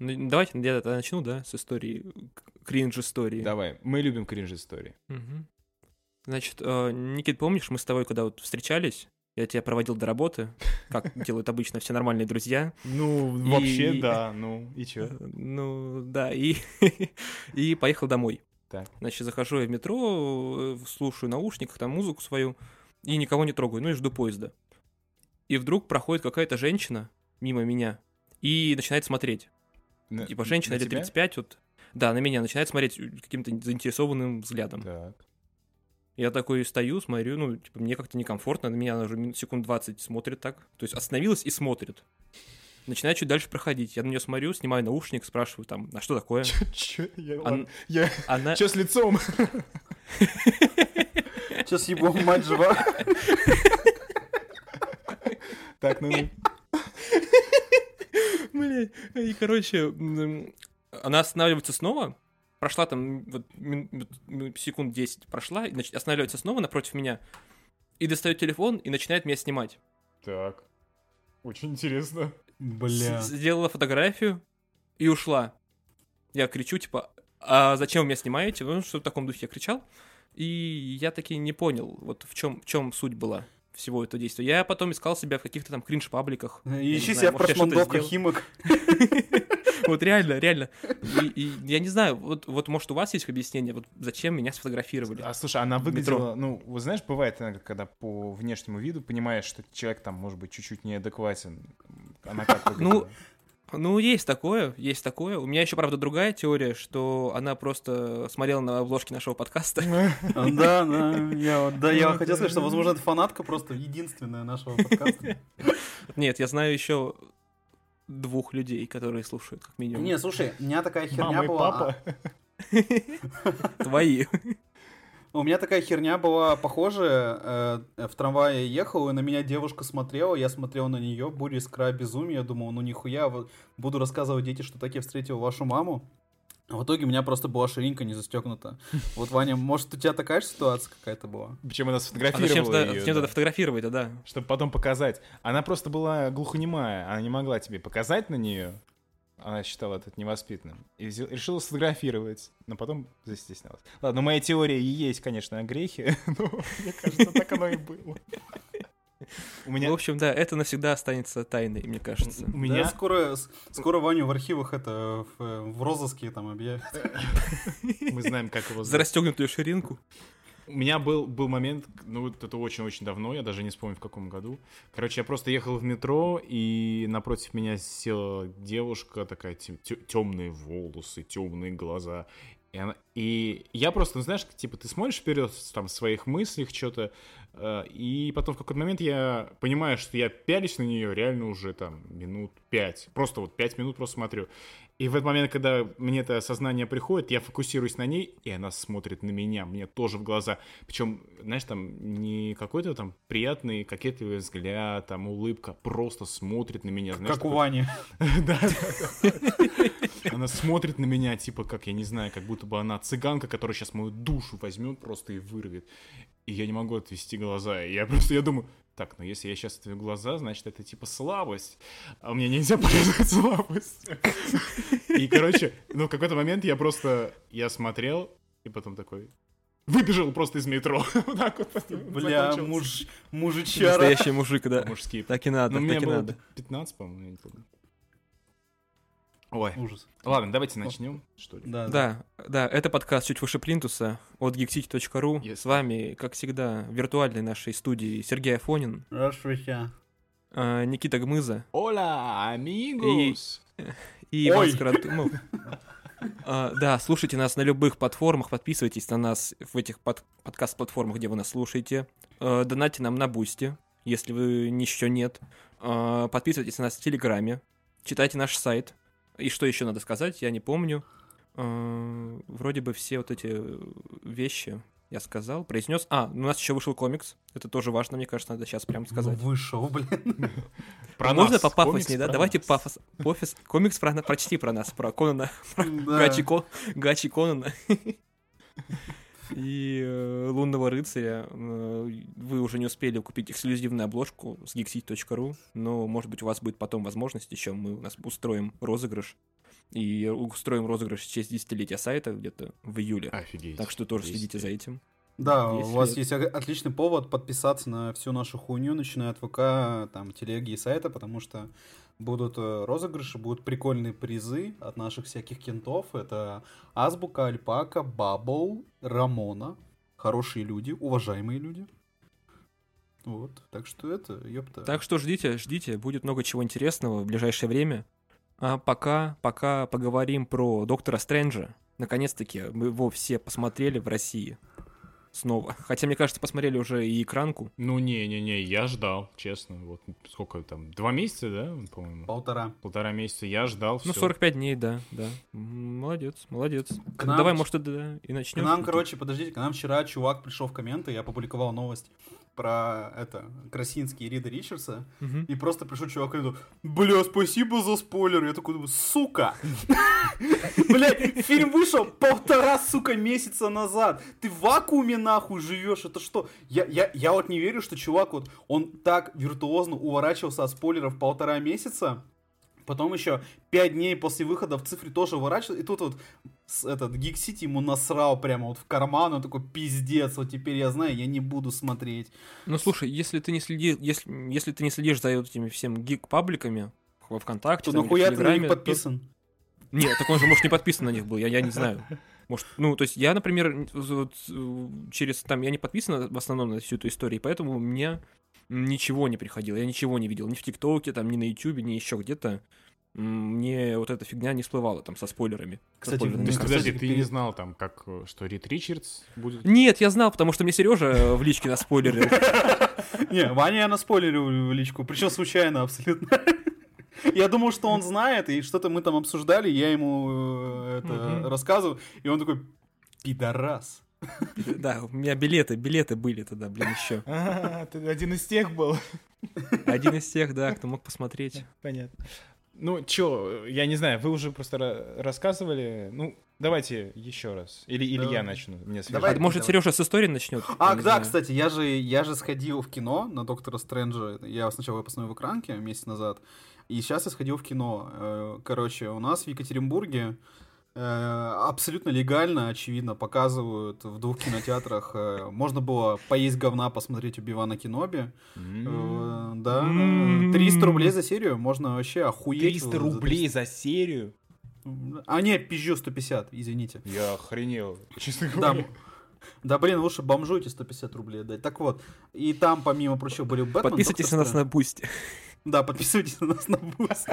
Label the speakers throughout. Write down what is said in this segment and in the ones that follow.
Speaker 1: Ну, давайте я тогда начну, да, с истории, кринж-истории.
Speaker 2: Давай, мы любим кринж-истории.
Speaker 1: Мгм. Значит, Никит, помнишь, мы с тобой, когда вот встречались, я тебя проводил до работы, как делают обычно все нормальные друзья.
Speaker 2: Ну,
Speaker 1: И-
Speaker 2: вообще, да, ну, и чё?
Speaker 1: Ну, да, и, и поехал домой.
Speaker 2: Так.
Speaker 1: Значит, захожу я в метро, слушаю в наушниках, там музыку свою, и никого не трогаю, ну и жду поезда. И вдруг проходит какая-то женщина мимо меня и начинает смотреть. Типа женщина
Speaker 2: на
Speaker 1: лет
Speaker 2: тебя?
Speaker 1: 35, вот, да, на меня начинает смотреть каким-то заинтересованным взглядом.
Speaker 2: Так.
Speaker 1: Я такой стою, смотрю, ну, типа, мне как-то некомфортно, на меня она уже секунд 20 смотрит так. То есть остановилась и смотрит. Начинаю чуть дальше проходить. Я на нее смотрю, снимаю наушник, спрашиваю там, а что такое?
Speaker 2: Чё?
Speaker 1: Ан- Она...
Speaker 2: Чё с лицом?
Speaker 3: Сейчас ебу, мать жива.
Speaker 2: Так, ну...
Speaker 1: Блин, и, короче, она останавливается снова, прошла там вот, секунд 10 прошла, и, значит, останавливается снова напротив меня, и достает телефон, и начинает меня снимать.
Speaker 2: Так. Очень интересно.
Speaker 3: Бля.
Speaker 1: Сделала фотографию и ушла. Я кричу, типа, а зачем вы меня снимаете? Ну, что в таком духе я кричал. И я таки не понял, вот в чем суть была всего этого действия. Я потом искал себя в каких-то там кринж-пабликах. Я не
Speaker 3: Ищи
Speaker 1: знаю,
Speaker 3: себя в
Speaker 1: может, я что-то
Speaker 3: прошмандовках
Speaker 1: сделал.
Speaker 3: Химок.
Speaker 1: Вот реально. И я не знаю, вот может у вас есть объяснение, вот зачем меня сфотографировали?
Speaker 2: А слушай, она
Speaker 1: В метро.
Speaker 2: выглядела, ну, вот знаешь, бывает иногда, когда по внешнему виду понимаешь, что человек там, может быть, чуть-чуть неадекватен. Она как выглядела?
Speaker 1: Ну, есть такое. У меня еще, правда, другая теория, что она просто смотрела на обложки нашего подкаста.
Speaker 3: Да, я хотел сказать, что, возможно, это фанатка просто единственная нашего подкаста.
Speaker 1: Нет, я знаю еще 2 людей, которые слушают, как минимум.
Speaker 3: Не, слушай, у меня такая херня
Speaker 2: Мама и
Speaker 3: была.
Speaker 2: папа.
Speaker 1: Твои.
Speaker 3: У меня такая херня была похожая. В трамвае ехал, и на меня девушка смотрела, я смотрел на нее, буря искра безумия. Думал, ну нихуя, вот буду рассказывать дети, что так я встретил вашу маму. А в итоге у меня просто была ширинка не застегнута. Вот, Ваня, может, у тебя такая же ситуация какая-то была?
Speaker 2: Причем она
Speaker 1: А зачем
Speaker 2: сфотографировала
Speaker 1: тогда
Speaker 2: её,
Speaker 1: зачем тогда
Speaker 2: да,
Speaker 1: фотографировать, да?
Speaker 2: чтобы потом показать. Она просто была глухонемая, она не могла тебе показать на нее. Она считала это невоспитанным. И решила сфотографировать, но потом застеснялась. Ладно, моя теория и есть, конечно, о грехе, но мне кажется, так оно и было. У
Speaker 1: В
Speaker 2: меня...
Speaker 1: общем, да, это навсегда останется тайной, мне кажется.
Speaker 2: У
Speaker 3: Да,
Speaker 2: меня...
Speaker 3: скоро Ваню в архивах это в розыске там объявят.
Speaker 2: Мы знаем, как его
Speaker 1: За
Speaker 2: зовут.
Speaker 1: расстегнутую ширинку.
Speaker 2: У меня был момент, ну вот это очень-очень давно, я даже не вспомню в каком году. Короче, я просто ехал в метро, и напротив меня села девушка, такая темные волосы, темные глаза. И я просто, ну, знаешь, типа ты смотришь вперед там в своих мыслях что-то, и потом в какой-то момент я понимаю, что я пялюсь на нее реально уже там минут 5. Просто вот 5 минут просто смотрю. И в этот момент, когда мне это осознание приходит, я фокусируюсь на ней, и она смотрит на меня, мне тоже в глаза. Причем, знаешь, там не какой-то там приятный, кокетливый взгляд, там улыбка, просто смотрит на меня. Знаешь,
Speaker 3: Как у
Speaker 2: такой...
Speaker 3: Вани.
Speaker 2: Да. Она смотрит на меня, типа, как, я не знаю, как будто бы она цыганка, которая сейчас мою душу возьмет просто и вырвет. И я не могу отвести глаза. И я думаю, так, ну если я сейчас отведу глаза, значит, это типа слабость. А мне нельзя показывать слабость. И, короче, ну в какой-то момент я смотрел, и потом такой... Выбежал просто из метро. Вот так вот.
Speaker 3: Бля, мужичара.
Speaker 1: Настоящий мужик, да.
Speaker 2: Мужские.
Speaker 1: Так и надо,
Speaker 2: Ну, мне
Speaker 1: так и
Speaker 2: было
Speaker 1: надо.
Speaker 2: 15, по-моему, я не помню. Ой.
Speaker 3: Ужас.
Speaker 2: Ладно, давайте начнем, что ли.
Speaker 1: Да, это подкаст «Чуть выше плинтуса» от geekcity.ru.
Speaker 2: Yes.
Speaker 1: С вами, как всегда, в виртуальной нашей студии Сергей Афонин,
Speaker 3: Здравствуйте.
Speaker 1: Никита Гмыза
Speaker 2: Оля, амигос!
Speaker 1: и Иван
Speaker 3: Ой.
Speaker 1: Скоротумов. Да, слушайте нас на любых платформах, подписывайтесь на нас в этих подкаст-платформах, где вы нас слушаете. Донатьте нам на Бусти, если вы еще нет. Подписывайтесь на нас в Телеграме, читайте наш сайт. И что еще надо сказать, я не помню. Вроде бы все вот эти вещи я сказал, произнес. У нас еще вышел комикс. Это тоже важно, мне кажется, надо сейчас прям сказать.
Speaker 3: Вышел, блин.
Speaker 2: Про
Speaker 1: Можно
Speaker 2: нас,
Speaker 1: попафоснее,
Speaker 2: комикс
Speaker 1: да?
Speaker 2: про
Speaker 1: Давайте
Speaker 2: нас.
Speaker 1: пафос. Комикс почти про нас, про Конана, про
Speaker 3: Да.
Speaker 1: Гачи Конана. И «Лунного рыцаря». Вы уже не успели купить эксклюзивную обложку с geekcity.ru, но, может быть, у вас будет потом возможность еще, мы у нас устроим розыгрыш. И устроим розыгрыш в честь 10-летия сайта где-то в июле.
Speaker 2: Офигеть.
Speaker 1: Так что тоже
Speaker 2: 10
Speaker 1: следите за этим.
Speaker 3: Да,
Speaker 1: 10
Speaker 3: у вас
Speaker 1: лет.
Speaker 3: есть отличный повод подписаться на всю нашу хуйню, начиная от ВК, там, телеги и сайта, потому что будут розыгрыши, будут прикольные призы от наших всяких кентов. Это Азбука, Альпака, Бабл, Рамона. Хорошие люди, уважаемые люди. Вот, так что это, ёпта.
Speaker 1: Так что ждите, будет много чего интересного в ближайшее время. А пока поговорим про Доктора Стрэнджа. Наконец-таки мы его все посмотрели в России. Снова. Хотя, мне кажется, посмотрели уже и экранку.
Speaker 2: Ну, не, я ждал, честно. Вот сколько там, 2 месяца, да, по-моему? 1,5 месяца я ждал,
Speaker 1: Ну,
Speaker 2: всё.
Speaker 1: 45 дней, да. Молодец.
Speaker 3: К нам-
Speaker 1: Давай, может, и
Speaker 3: К
Speaker 1: начнем.
Speaker 3: нам, короче, подождите, к нам вчера чувак пришел в комменты, я публиковал новость про Красинский и Рида Ричардса, и просто пришел чувак и говорит: бля, спасибо за спойлер. Я такой думаю, сука! Блядь, фильм вышел 1,5, сука, месяца назад. Ты в вакууме нахуй живешь, это что? Я вот не верю, что чувак вот, он так виртуозно уворачивался от спойлеров 1,5 месяца. Потом еще 5 дней после выхода в цифре тоже уворачивался. И тут вот этот Geek City ему насрал прямо вот в карман. Он такой: пиздец, вот теперь я знаю, я не буду смотреть.
Speaker 1: Ну, слушай, если ты не следишь за этими всеми гик-пабликами во ВКонтакте,
Speaker 3: То
Speaker 1: там, или в
Speaker 3: нахуя ты на
Speaker 1: Телеграме,
Speaker 3: них
Speaker 1: то-
Speaker 3: подписан?
Speaker 1: Нет, так он же, может, не подписан на них был, я не знаю. Может, ну, то есть я, например, вот, через там, я не подписан в основном на всю эту историю, и поэтому мне ничего не приходило, я ничего не видел, ни в ТикТоке, там, ни на Ютубе, ни еще где-то. Мне вот эта фигня не всплывала там со спойлерами.
Speaker 3: Кстати,
Speaker 1: Со спойлерными
Speaker 3: мне
Speaker 2: То есть,
Speaker 3: кажется,
Speaker 2: подожди, ты
Speaker 3: перед-
Speaker 2: не знал там, как, что Рид Ричардс будет?
Speaker 1: Нет, я знал, потому что мне Сережа в личке наспойлерил.
Speaker 3: Не, Ваня я наспойлерил в личку, причем случайно абсолютно. Я думал, что он знает, и что-то мы там обсуждали, я ему рассказывал, и он такой: пидорас.
Speaker 1: Да, у меня билеты были тогда, блин, еще.
Speaker 2: Ты один из тех был.
Speaker 1: Один из тех, да, кто мог посмотреть.
Speaker 2: Понятно. Ну, чё, я не знаю, вы уже просто рассказывали. Ну, давайте еще раз. Или
Speaker 3: Давай.
Speaker 2: я начну. Мне свежо.
Speaker 3: Давай.
Speaker 1: А может, Сережа с истории начнет?
Speaker 3: А, да, кстати, я же сходил в кино на Доктора Стрэнджа. Я сначала его посмотрел в экранке месяц назад, и сейчас я сходил в кино. Короче, у нас в Екатеринбурге абсолютно легально, очевидно, показывают в 2 кинотеатрах. Можно было поесть говна, посмотреть Оби-Вана Кеноби. Да, 300 рублей за серию, можно вообще охуеть.
Speaker 2: 300 рублей за серию?
Speaker 3: А, нет, пизжу 150, извините.
Speaker 2: Я охренел, честно
Speaker 3: Да,
Speaker 2: говоря.
Speaker 3: да, блин, лучше бомжу эти 150 рублей отдать. Так вот, и там, помимо прочего, были Бэтмен.
Speaker 1: Подписывайтесь на
Speaker 3: Доктор
Speaker 1: нас на Бусти.
Speaker 3: Да, подписывайтесь на нас на Бус.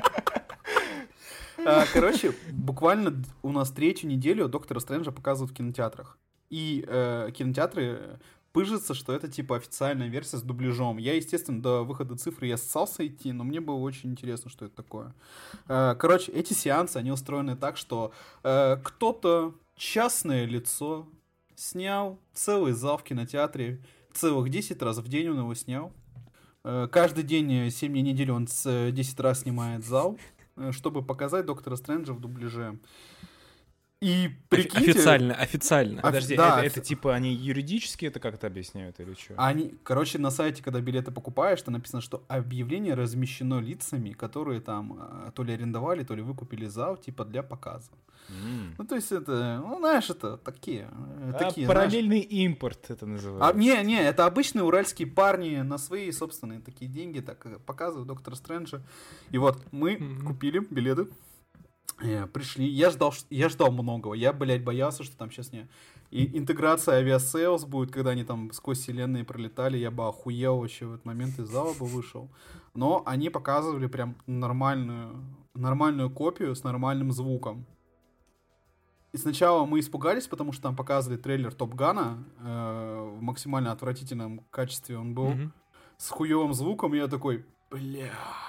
Speaker 3: Короче, буквально у нас 3-ю неделю Доктора Стрэнджа показывают в кинотеатрах. И кинотеатры пыжатся, что это типа официальная версия с дубляжом. Я, естественно, до выхода цифры я ссался идти, но мне было очень интересно, что это такое. Короче, эти сеансы, они устроены так, что кто-то, частное лицо, снял целый зал в кинотеатре, целых 10 раз в день он его снял. Каждый день, 7 дней в неделю он 10 раз снимает зал, чтобы показать Доктора Стрэнджа в дубляже. И прикиньте...
Speaker 1: Официально.
Speaker 2: Подожди,
Speaker 3: да,
Speaker 2: это типа они юридически это как-то объясняют или что?
Speaker 3: Короче, на сайте, когда билеты покупаешь, там написано, что объявление размещено лицами, которые там то ли арендовали, то ли выкупили зал, типа для показа. Ну, то есть это, ну, знаешь, это такие знаешь.
Speaker 2: Параллельный импорт это называется.
Speaker 3: Не, это обычные уральские парни на свои собственные такие деньги так показывают Доктора Стрэнджа. И вот мы купили билеты, пришли. Я ждал многого. Я, блядь, боялся, что там сейчас и интеграция авиасейлс будет, когда они там сквозь вселенные пролетали. Я бы охуел вообще в этот момент, из зала бы вышел. Но они показывали прям нормальную копию с нормальным звуком. И сначала мы испугались, потому что там показывали трейлер Топ Гана в максимально отвратительном качестве он был, с хуевым звуком, и я такой: бля.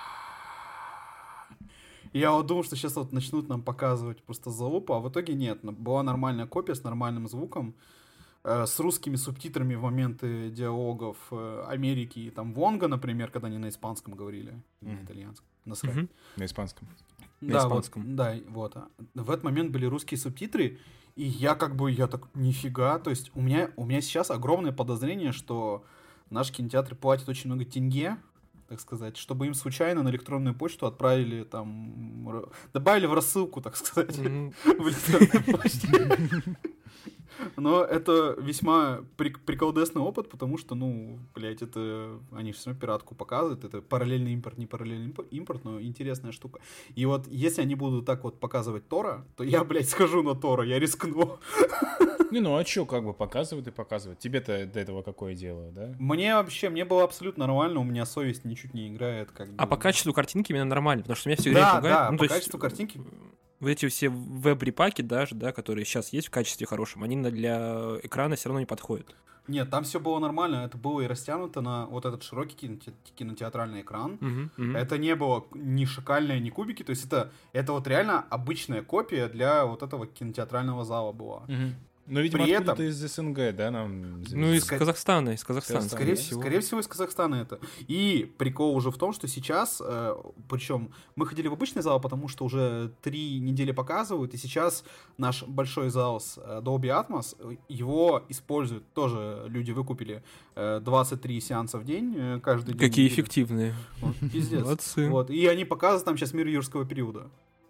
Speaker 3: Я вот думал, что сейчас вот начнут нам показывать просто залупу, а в итоге нет. Была нормальная копия с нормальным звуком, с русскими субтитрами в моменты диалогов Америки и там Вонга, например, когда они на испанском говорили, на итальянском, насрать.
Speaker 2: На испанском.
Speaker 3: Да,
Speaker 1: испанском.
Speaker 3: Вот. В этот момент были русские субтитры, и я так, нифига, то есть у меня сейчас огромное подозрение, что наши кинотеатры платят очень много тенге так сказать, чтобы им случайно на электронную почту отправили там, добавили в рассылку, так сказать, в электронной почте. Но это весьма приколдесный опыт, потому что, ну, блядь, это они все равно пиратку показывают, это параллельный импорт, не параллельный импорт, но интересная штука. И вот если они будут так вот показывать Тора, то я, блядь, схожу на Тора, я рискну.
Speaker 2: Не, ну а чё, как бы показывают и показывают. Тебе-то до этого какое дело, да?
Speaker 3: Мне было абсолютно нормально, у меня совесть ничуть не играет. Как бы.
Speaker 1: А по качеству картинки именно нормально, потому что меня все время пугает.
Speaker 3: Да,
Speaker 1: ну,
Speaker 3: по качеству картинки.
Speaker 1: Вот эти все веб-репаки даже, да, которые сейчас есть в качестве хорошем, они для экрана все равно не подходят.
Speaker 3: Нет, там все было нормально, это было и растянуто на вот этот широкий кинотеатральный экран. Это не было ни шикальное, ни кубики, то есть это вот реально обычная копия для вот этого кинотеатрального зала была.
Speaker 2: Ну, видимо,
Speaker 3: При
Speaker 2: откуда-то
Speaker 3: этом...
Speaker 2: из СНГ, да, нам...
Speaker 1: Ну, из Казахстана,
Speaker 3: Скорее всего, из Казахстана это. И прикол уже в том, что сейчас, причем мы ходили в обычный зал, потому что уже 3 недели показывают, и сейчас наш большой зал с Dolby Atmos, его используют, тоже люди выкупили 23 сеанса в день, каждый день.
Speaker 1: Какие эффективные.
Speaker 3: Вот, пиздец.
Speaker 1: Молодцы.
Speaker 3: Вот, и они показывают там сейчас мир юрского периода.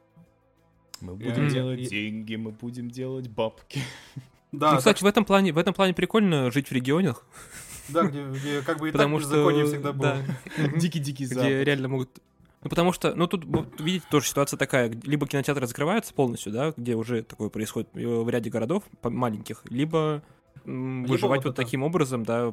Speaker 2: Мы будем делать деньги, мы будем делать бабки.
Speaker 3: Да,
Speaker 1: ну, кстати, в этом плане прикольно жить в регионах.
Speaker 3: Да, где как бы и
Speaker 1: потому
Speaker 3: так
Speaker 1: что
Speaker 3: беззаконие всегда было.
Speaker 2: Дикий-дикий запад.
Speaker 1: Где реально могут... Ну, потому что, ну, тут, видите, тоже ситуация такая, либо кинотеатры закрываются полностью, да, где уже такое происходит в ряде городов маленьких, либо выживать вот таким образом, да,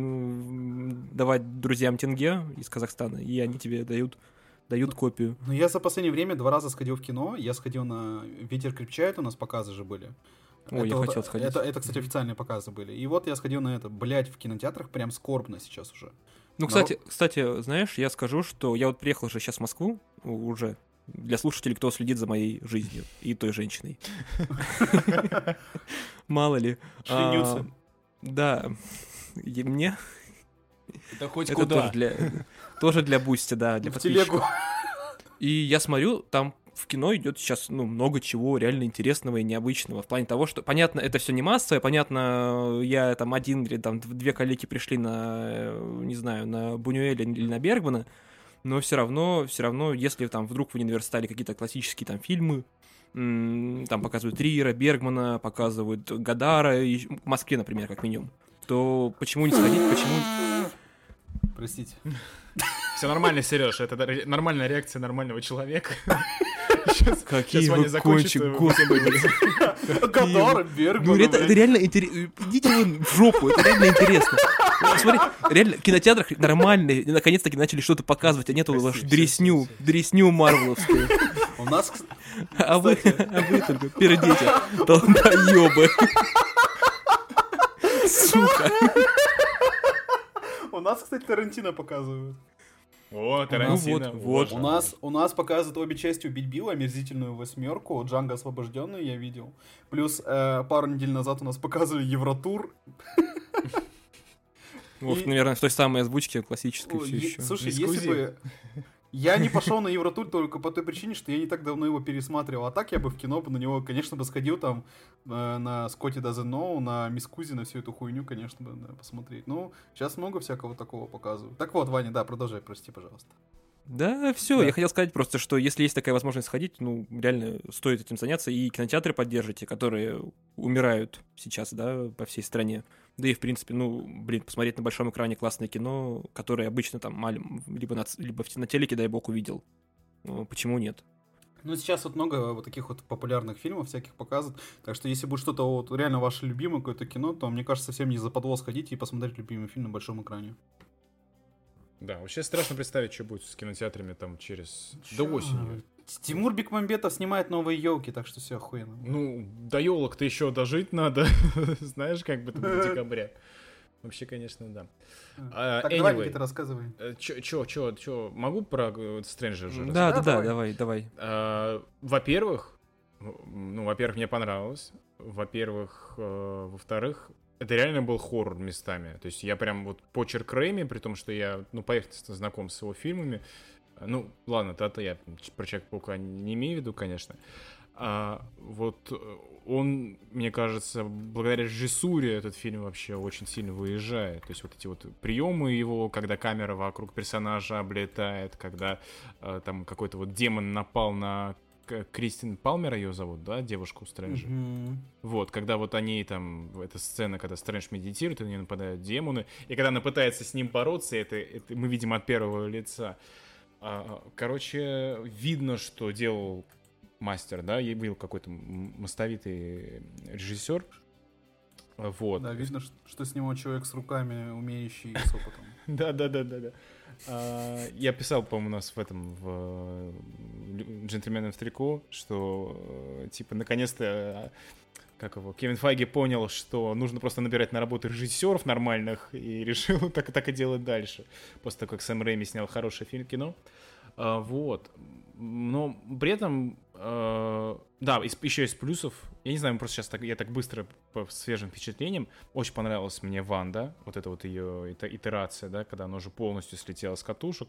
Speaker 1: давать друзьям тенге из Казахстана, и они тебе дают копию.
Speaker 3: Ну, я за последнее время 2 раза сходил в кино. Я сходил на «Ветер крепчает», у нас показы же были.
Speaker 1: Ой, я хотел сходить.
Speaker 3: Это, кстати, официальные показы были. И вот я сходил на это. Блять, в кинотеатрах прям скорбно сейчас уже.
Speaker 1: Ну, кстати, знаешь, я скажу, что я вот приехал же сейчас в Москву уже. Для слушателей, кто следит за моей жизнью и той женщиной. Мало ли.
Speaker 3: Шленются.
Speaker 1: Да. Мне...
Speaker 2: Это хоть куда.
Speaker 1: Тоже для бусти, да, для подписчиков. И я смотрю, там в кино идет сейчас, ну, много чего реально интересного и необычного. В плане того, что, понятно, это все не массовое, понятно, я там один или там 2 коллеги пришли на, не знаю, на Бунюэля или на Бергмана, но все равно, если там вдруг вы не наверстали какие-то классические там фильмы, там показывают Триера, Бергмана, показывают Годара, в Москве, например, как минимум, то почему не сходить,
Speaker 3: Простите.
Speaker 2: Все нормально, Сереж, это нормальная реакция нормального человека.
Speaker 1: Какие вы кончик, господи.
Speaker 3: Годар, Бергман.
Speaker 1: Ну, это реально интересно. Идите вы в жопу, это реально интересно. Смотри, реально, в кинотеатрах нормальные, наконец-таки начали что-то показывать, а нету вашу дресню марвеловскую.
Speaker 3: У нас...
Speaker 1: А вы только пердите, долбоёбы. Сука.
Speaker 3: У нас, кстати, Тарантино показывают.
Speaker 2: О, Тарантино.
Speaker 1: Вот.
Speaker 3: У нас показывают обе части «Убить Билла», омерзительную 8, «Джанго освобожденный» я видел. Плюс пару недель назад у нас показывали «Евротур».
Speaker 1: Вот, наверное, в той самой озвучке классической все еще.
Speaker 3: Слушай, если бы... Я не пошел на Евротур только по той причине, что я не так давно его пересматривал. А так я бы в кино на него, конечно, бы сходил там на Scotty Doesn't Know, на Мисс Кузи, на всю эту хуйню, конечно, бы посмотреть. Ну, сейчас много всякого такого показывают. Так вот, Ваня, да, продолжай, прости, пожалуйста.
Speaker 1: Да, все, я хотел сказать просто, что если есть такая возможность сходить, ну, реально стоит этим заняться, и кинотеатры поддержите, которые умирают сейчас, да, по всей стране. Да и, в принципе, ну, блин, посмотреть на большом экране классное кино, которое обычно там либо на телеке, дай бог, увидел. Ну, почему нет?
Speaker 3: Ну, сейчас вот много вот таких вот популярных фильмов всяких показывают, так что если будет что-то вот реально ваше любимое какое-то кино, то, мне кажется, совсем не западло сходить и посмотреть любимый фильм на большом экране.
Speaker 2: Да, вообще страшно представить, что будет с кинотеатрами там до осени.
Speaker 3: Тимур Бекмамбетов снимает новые елки, так что все охуенно.
Speaker 2: Ну, до елок-то еще дожить надо, знаешь, как бы до декабря. Вообще, конечно, да.
Speaker 3: Так, давай, ты рассказывай.
Speaker 2: Чё, могу про Стрэнджер уже
Speaker 1: рассказать? Да, давай.
Speaker 2: Во-первых, мне понравилось. Во-вторых, это реально был хоррор местами. То есть я прям вот почерк Рэйми, при том, что я, поверхностно знаком с его фильмами. Ну, ладно, я про Человека-паука не имею в виду, конечно. Вот он, мне кажется, благодаря режиссуре этот фильм вообще очень сильно выезжает. То есть вот эти вот приемы его, когда камера вокруг персонажа облетает, когда там какой-то вот демон напал на Кристин Палмер, ее зовут, да, девушку Стрэнджа. Вот, когда вот они там, эта сцена, когда Стрэндж медитирует, и на нее нападают демоны, и когда она пытается с ним бороться, это мы видим от первого лица. Короче, видно, что делал мастер, да, и был какой-то мастовитый режиссер. Вот.
Speaker 3: Да, видно, что снимал человек с руками, умеющий и с опытом.
Speaker 2: Да. Я писал, по-моему, у нас в «Джентльменам в трико», что, типа, наконец-то Кевин Файги понял, что нужно просто набирать на работу режиссеров нормальных, и решил так и делать дальше. После того, как Сэм Рэйми снял хорошее кино. Вот. Но при этом, да, еще из плюсов, я не знаю, просто сейчас я так быстро по свежим впечатлениям, очень понравилась мне Ванда, вот эта вот ее итерация, да, когда она уже полностью слетела с катушек.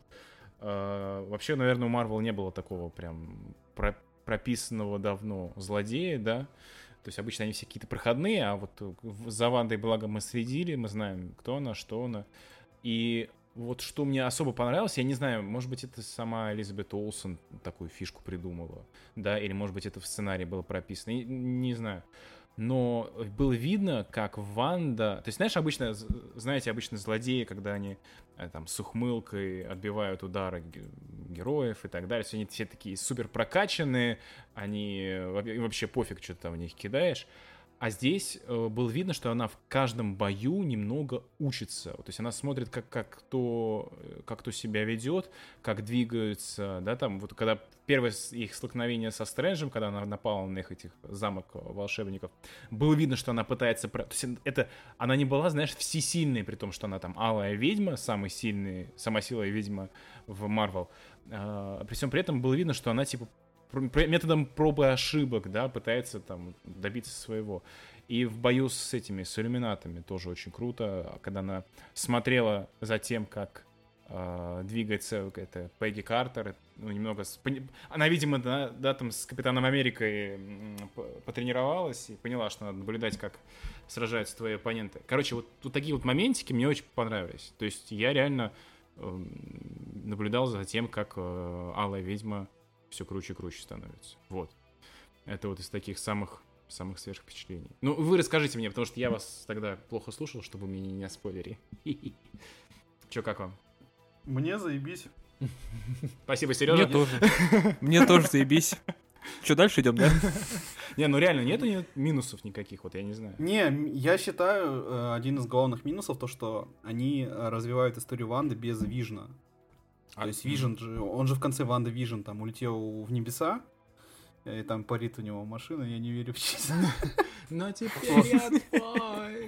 Speaker 2: Вообще, наверное, у Марвел не было такого прям прописанного давно злодея, да, то есть обычно они все какие-то проходные, а вот за Вандой, благо, мы следили, мы знаем, кто она, что она, и вот что мне особо понравилось, я не знаю, может быть, это сама Элизабет Олсен такую фишку придумала, да, или, может быть, это в сценарии было прописано, не знаю. Но было видно, как Ванда... То есть, знаешь, обычно злодеи, когда они там с ухмылкой отбивают удары героев и так далее, они все такие супер прокачанные, они вообще пофиг, что ты там в них кидаешь. А здесь было видно, что она в каждом бою немного учится. То есть она смотрит, как кто себя ведет, как двигаются, да, там, вот когда первое их столкновение со Стрэнджем, когда она напала на их этих замок волшебников, было видно, что она пытается... То есть она не была, знаешь, всесильной, при том, что она там алая ведьма, самая силовая ведьма в Марвел. При всем при этом было видно, что она, типа, методом пробы и ошибок, да, пытается там добиться своего. И в бою с иллюминатами тоже очень круто, когда она смотрела за тем, как двигается это Пегги Картер, ну, немного... Она, видимо, да, там с Капитаном Америкой потренировалась и поняла, что надо наблюдать, как сражаются твои оппоненты. Короче, вот такие вот моментики мне очень понравились. То есть я реально наблюдал за тем, как алая ведьма все круче и круче становится. Вот. Это вот из таких самых свежих впечатлений. Ну, вы расскажите мне, потому что я вас тогда плохо слушал, чтобы мне не спойлери. Чё, как вам?
Speaker 3: Мне заебись.
Speaker 2: Спасибо, Сережа.
Speaker 1: Мне тоже заебись. Что, дальше идем, да?
Speaker 2: Не, ну реально, нету минусов никаких, вот я не знаю.
Speaker 3: Не, я считаю, один из главных минусов, то, что они развивают историю Ванды без Вижна. То есть Вижн же, он же в конце Ванда Вижн там улетел в небеса, и там парит у него машина, я не верю в честь.
Speaker 2: Но теперь я твой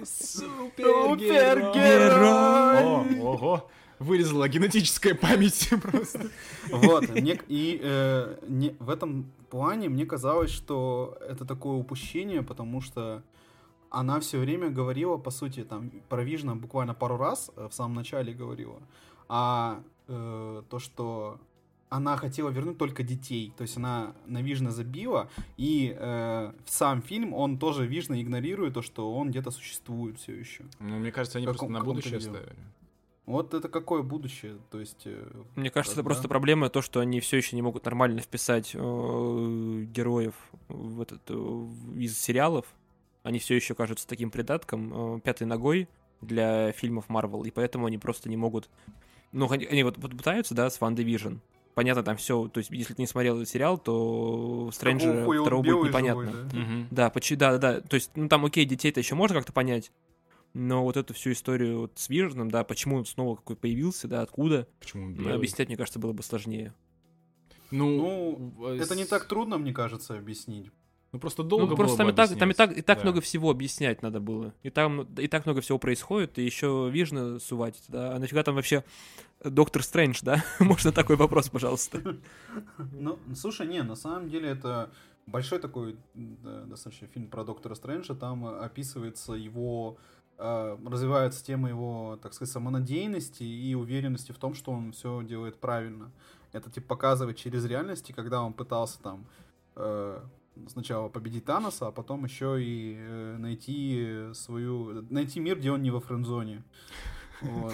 Speaker 2: супергерой. Ого, вырезала генетическая память просто.
Speaker 3: Вот, и в этом плане мне казалось, что это такое упущение, потому что она все время говорила, по сути, там, про Вижна буквально пару раз в самом начале говорила, то, что она хотела вернуть только детей. То есть она на Вижна забила, и сам фильм, он тоже Вижна игнорирует то, что он где-то существует все еще.
Speaker 2: Ну, мне кажется, они просто на будущее оставили.
Speaker 3: Вот это какое будущее? То есть...
Speaker 1: Мне кажется, это просто проблема то, что они все еще не могут нормально вписать героев из сериалов. Они все еще кажутся таким придатком, пятой ногой для фильмов Marvel, и поэтому они просто не могут... Ну, они вот пытаются, да, с Ван Division. Понятно, там все, то есть, если ты не смотрел этот сериал, то Стрэнджа второго будет непонятно.
Speaker 3: Живой,
Speaker 1: да? Да. То есть, ну, там, окей, детей-то еще можно как-то понять, но вот эту всю историю вот с Виженом, да, почему он снова какой появился, да, откуда,
Speaker 2: почему
Speaker 1: объяснять, мне кажется, было бы сложнее.
Speaker 3: Ну, это не так трудно, мне кажется, объяснить.
Speaker 2: Ну, просто долго
Speaker 1: просто
Speaker 2: было
Speaker 1: там и так много всего объяснять надо было. И так много всего происходит, и еще Вижна сувать, да. А нафига там вообще Доктор Стрэндж, да? Можно такой вопрос, пожалуйста?
Speaker 3: Ну, слушай, на самом деле это большой такой достаточно фильм про Доктора Стрэнджа. Там описывается его... развивается тема его, так сказать, самонадеянности и уверенности в том, что он все делает правильно. Это, типа, показывает через реальности, когда он пытался там... сначала победить Таноса, а потом еще и найти мир, где он не во френдзоне. Вот.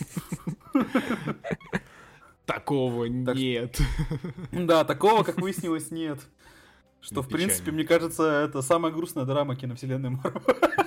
Speaker 2: Такого нет.
Speaker 3: Да, такого, как выяснилось, нет. Что, в
Speaker 2: Печально.
Speaker 3: принципе, мне кажется, это самая грустная драма киновселенной Марвел.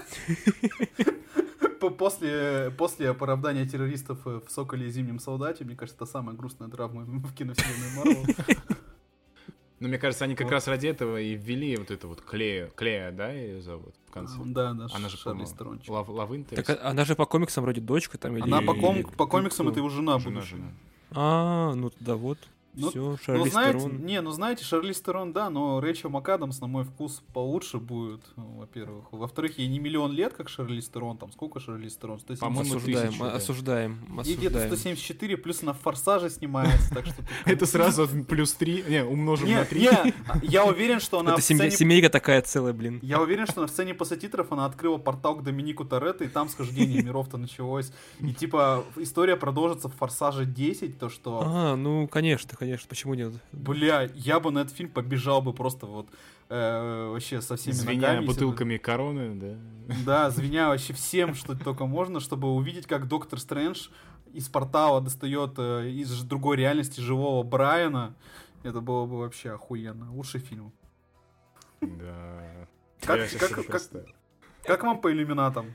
Speaker 3: После оправдания террористов в «Соколе и Зимнем солдате», мне кажется, это самая грустная драма в киновселенной Марвел.
Speaker 2: Ну, мне кажется, они как раз ради этого и ввели вот это вот Клея, да, ее зовут в конце?
Speaker 3: Да,
Speaker 2: Она же,
Speaker 3: Шарлиз
Speaker 2: по-моему,
Speaker 3: Терон.
Speaker 2: Love Interest.
Speaker 1: Так она же по комиксам вроде дочка там или...
Speaker 3: Она по комиксам
Speaker 1: кто?
Speaker 3: это его жена
Speaker 2: Жена.
Speaker 3: будущая.
Speaker 1: Ну тогда вот.
Speaker 3: Ну,
Speaker 1: Все,
Speaker 3: Ну,
Speaker 1: Шарлиз
Speaker 3: знаете,
Speaker 1: Терон.
Speaker 3: знаете, Шарлиз Терон, да, но Рэйчел МакАдамс, на мой вкус, получше будет, во-первых. Во-вторых, ей не миллион лет, как Шарлиз Терон, там сколько Шарлиз Терон? 170.
Speaker 2: По-моему,
Speaker 1: Осуждаем,
Speaker 2: 1000, да.
Speaker 1: осуждаем.
Speaker 3: Ей где-то 174, плюс она в «Форсаже» снимается, так что...
Speaker 2: Это сразу плюс 3, не, умножим на 3.
Speaker 3: Я уверен, что она
Speaker 1: Это
Speaker 3: в сцене...
Speaker 1: семейка такая целая, блин.
Speaker 3: Я уверен, что на сцене после титров она открыла портал к Доминику Торетто, и там схождение миров-то началось. И типа история продолжится в «Форсаже 10», то что...
Speaker 1: Ну, конечно, почему нет?
Speaker 3: Бля, я бы на этот фильм побежал бы просто вот вообще со всеми
Speaker 2: Звеня
Speaker 3: ногами.
Speaker 2: бутылками короны, да.
Speaker 3: Да, звеня вообще всем, что только можно, чтобы увидеть, как Доктор Стрэндж из портала достает из другой реальности живого Брайана. Это было бы вообще охуенно. Лучший фильм.
Speaker 2: Да.
Speaker 3: Как-
Speaker 2: Я щас
Speaker 3: как-
Speaker 2: себе
Speaker 3: как-
Speaker 2: представил.
Speaker 3: Как вам по иллюминатам?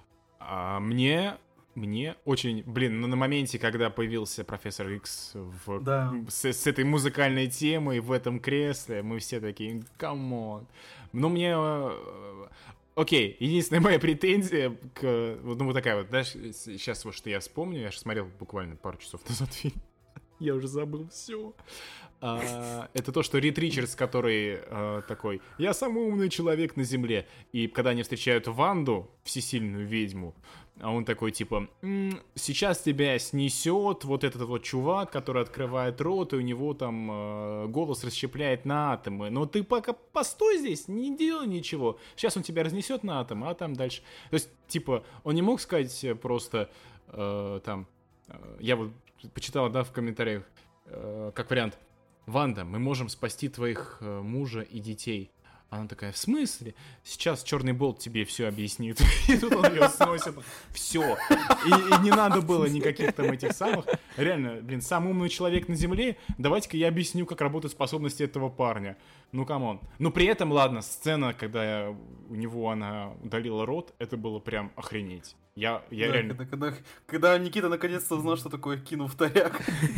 Speaker 2: Мне очень... Блин, на моменте, когда появился профессор Икс
Speaker 3: Да.
Speaker 2: с этой музыкальной темой в этом кресле, мы все такие, камон. Ну, мне... Окей, единственная моя претензия к... Ну, вот такая вот, знаешь, сейчас вот что я вспомню, я же смотрел буквально пару часов назад фильм. Я уже забыл все. Это то, что Рид Ричардс, который такой, я самый умный человек на земле. И когда они встречают Ванду, всесильную ведьму, а он такой, типа, сейчас тебя снесет вот этот вот чувак, который открывает рот, и у него там голос расщепляет на атомы. Но ты пока постой здесь, не делай ничего. Сейчас он тебя разнесет на атомы, а там дальше... То есть, типа, он не мог сказать просто я вот почитал, да, в комментариях, как вариант, Ванда, мы можем спасти твоих мужа и детей. Она такая, в смысле? Сейчас Черный Болт тебе все объяснит. И тут он ее сносит. Все. И не надо было никаких там этих самых. Реально, блин, самый умный человек на Земле. Давайте-ка я объясню, как работают способности этого парня. Ну, камон. Но при этом, ладно, сцена, когда у него она удалила рот, это было прям охренеть. Я
Speaker 3: Да,
Speaker 2: реально...
Speaker 3: когда Никита наконец-то узнал, что такое кинул в таряк.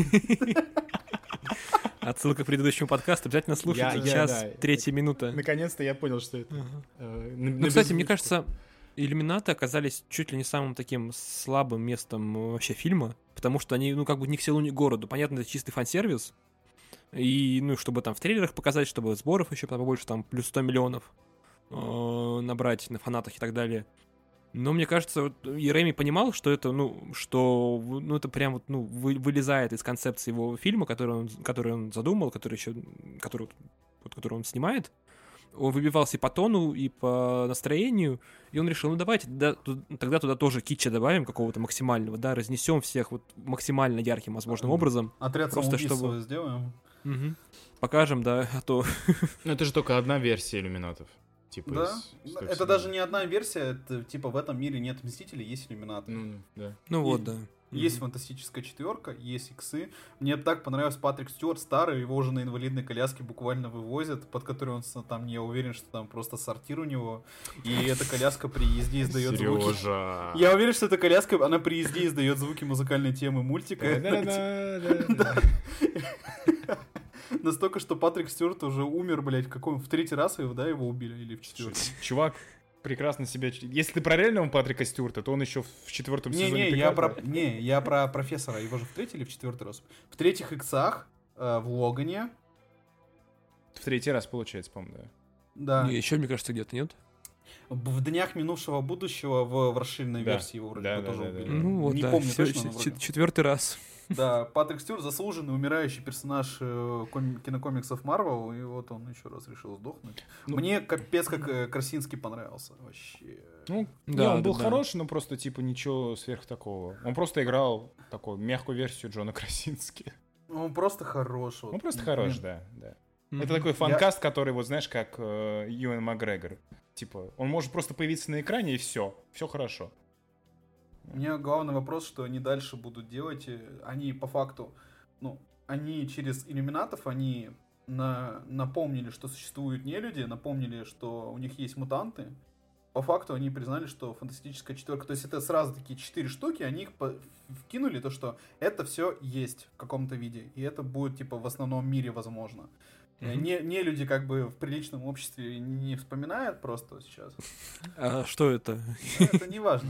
Speaker 1: Отсылка к предыдущему подкасту. Обязательно слушайте. Сейчас, 3 минута.
Speaker 2: Наконец-то я понял, что это.
Speaker 1: Ну, кстати, мне кажется, иллюминаты оказались чуть ли не самым таким слабым местом вообще фильма, потому что они, как бы ни к селу, ни к городу. Понятно, это чистый фан-сервис. И, чтобы там в трейлерах показать, чтобы сборов еще побольше, там, плюс 100 миллионов набрать на фанатах и так далее. Но мне кажется, вот и Рэйми понимал, что это, это прям вот, вылезает из концепции его фильма, который он задумал, который он снимает. Он выбивался и по тону, и по настроению, и он решил, давайте тогда туда тоже китча добавим какого-то максимального, да, разнесем всех вот максимально ярким возможным образом.
Speaker 3: Отряд
Speaker 1: Просто
Speaker 3: самоубийц
Speaker 1: чтобы...
Speaker 3: сделаем.
Speaker 1: Угу. Покажем, да, а то...
Speaker 2: Ну, это же только одна версия иллюминатов. Типа
Speaker 3: Да? Это даже не одна версия, это, типа в этом мире нет Мстителей, есть иллюминаты.
Speaker 2: Да.
Speaker 1: Вот, да.
Speaker 3: Есть фантастическая четверка, есть иксы. Мне так понравился Патрик Стюарт старый, его уже на инвалидной коляске буквально вывозят, под которой он там, я уверен, что там просто сортир у него. И эта коляска при езде издает звуки.
Speaker 2: Сережа.
Speaker 3: Я уверен, что эта коляска, она при езде издает звуки музыкальной темы мультика. Настолько, что Патрик Стюарт уже умер, блядь, в 3-й раз его убили, или в 4-й.
Speaker 2: Чувак прекрасно себя... Если ты про реального Патрика Стюарта, то он еще в 4-м сезоне
Speaker 3: Не, я про профессора. Его же в 3-й или в 4-й раз? В 3-х иксах, в Логане.
Speaker 2: В 3-й раз, получается, по-моему,
Speaker 3: Да.
Speaker 1: Не, еще, мне кажется, где-то нет.
Speaker 3: В Днях минувшего будущего в расширенной версии его вроде бы тоже убили.
Speaker 1: Ну вот,
Speaker 3: Не
Speaker 1: да,
Speaker 3: помню
Speaker 1: всё,
Speaker 3: точно, но вроде.
Speaker 1: 4-й раз.
Speaker 3: Да, Патрик Стюарт заслуженный умирающий персонаж кинокомиксов Марвел, и вот он еще раз решил сдохнуть. Мне капец как Красинский понравился вообще.
Speaker 2: Ну,
Speaker 1: да,
Speaker 2: он был
Speaker 1: да.
Speaker 2: хороший, но просто типа ничего сверх такого. Он просто играл такую мягкую версию Джона Красински.
Speaker 3: Он просто хорош.
Speaker 2: Он просто хорош, да. Это такой фанкаст, который, вот знаешь, как Юэн Макгрегор. Типа, он может просто появиться на экране, и все хорошо.
Speaker 3: У меня главный вопрос, что они дальше будут делать. Они по факту, они через иллюминатов, они напомнили, что существуют нелюди, напомнили, что у них есть мутанты. По факту они признали, что фантастическая четверка, то есть это сразу такие 4 штуки, они их вкинули, то что это все есть в каком-то виде, и это будет типа в основном мире возможно. Не люди как бы в приличном обществе не вспоминают просто сейчас.
Speaker 1: А что это?
Speaker 3: Это не важно.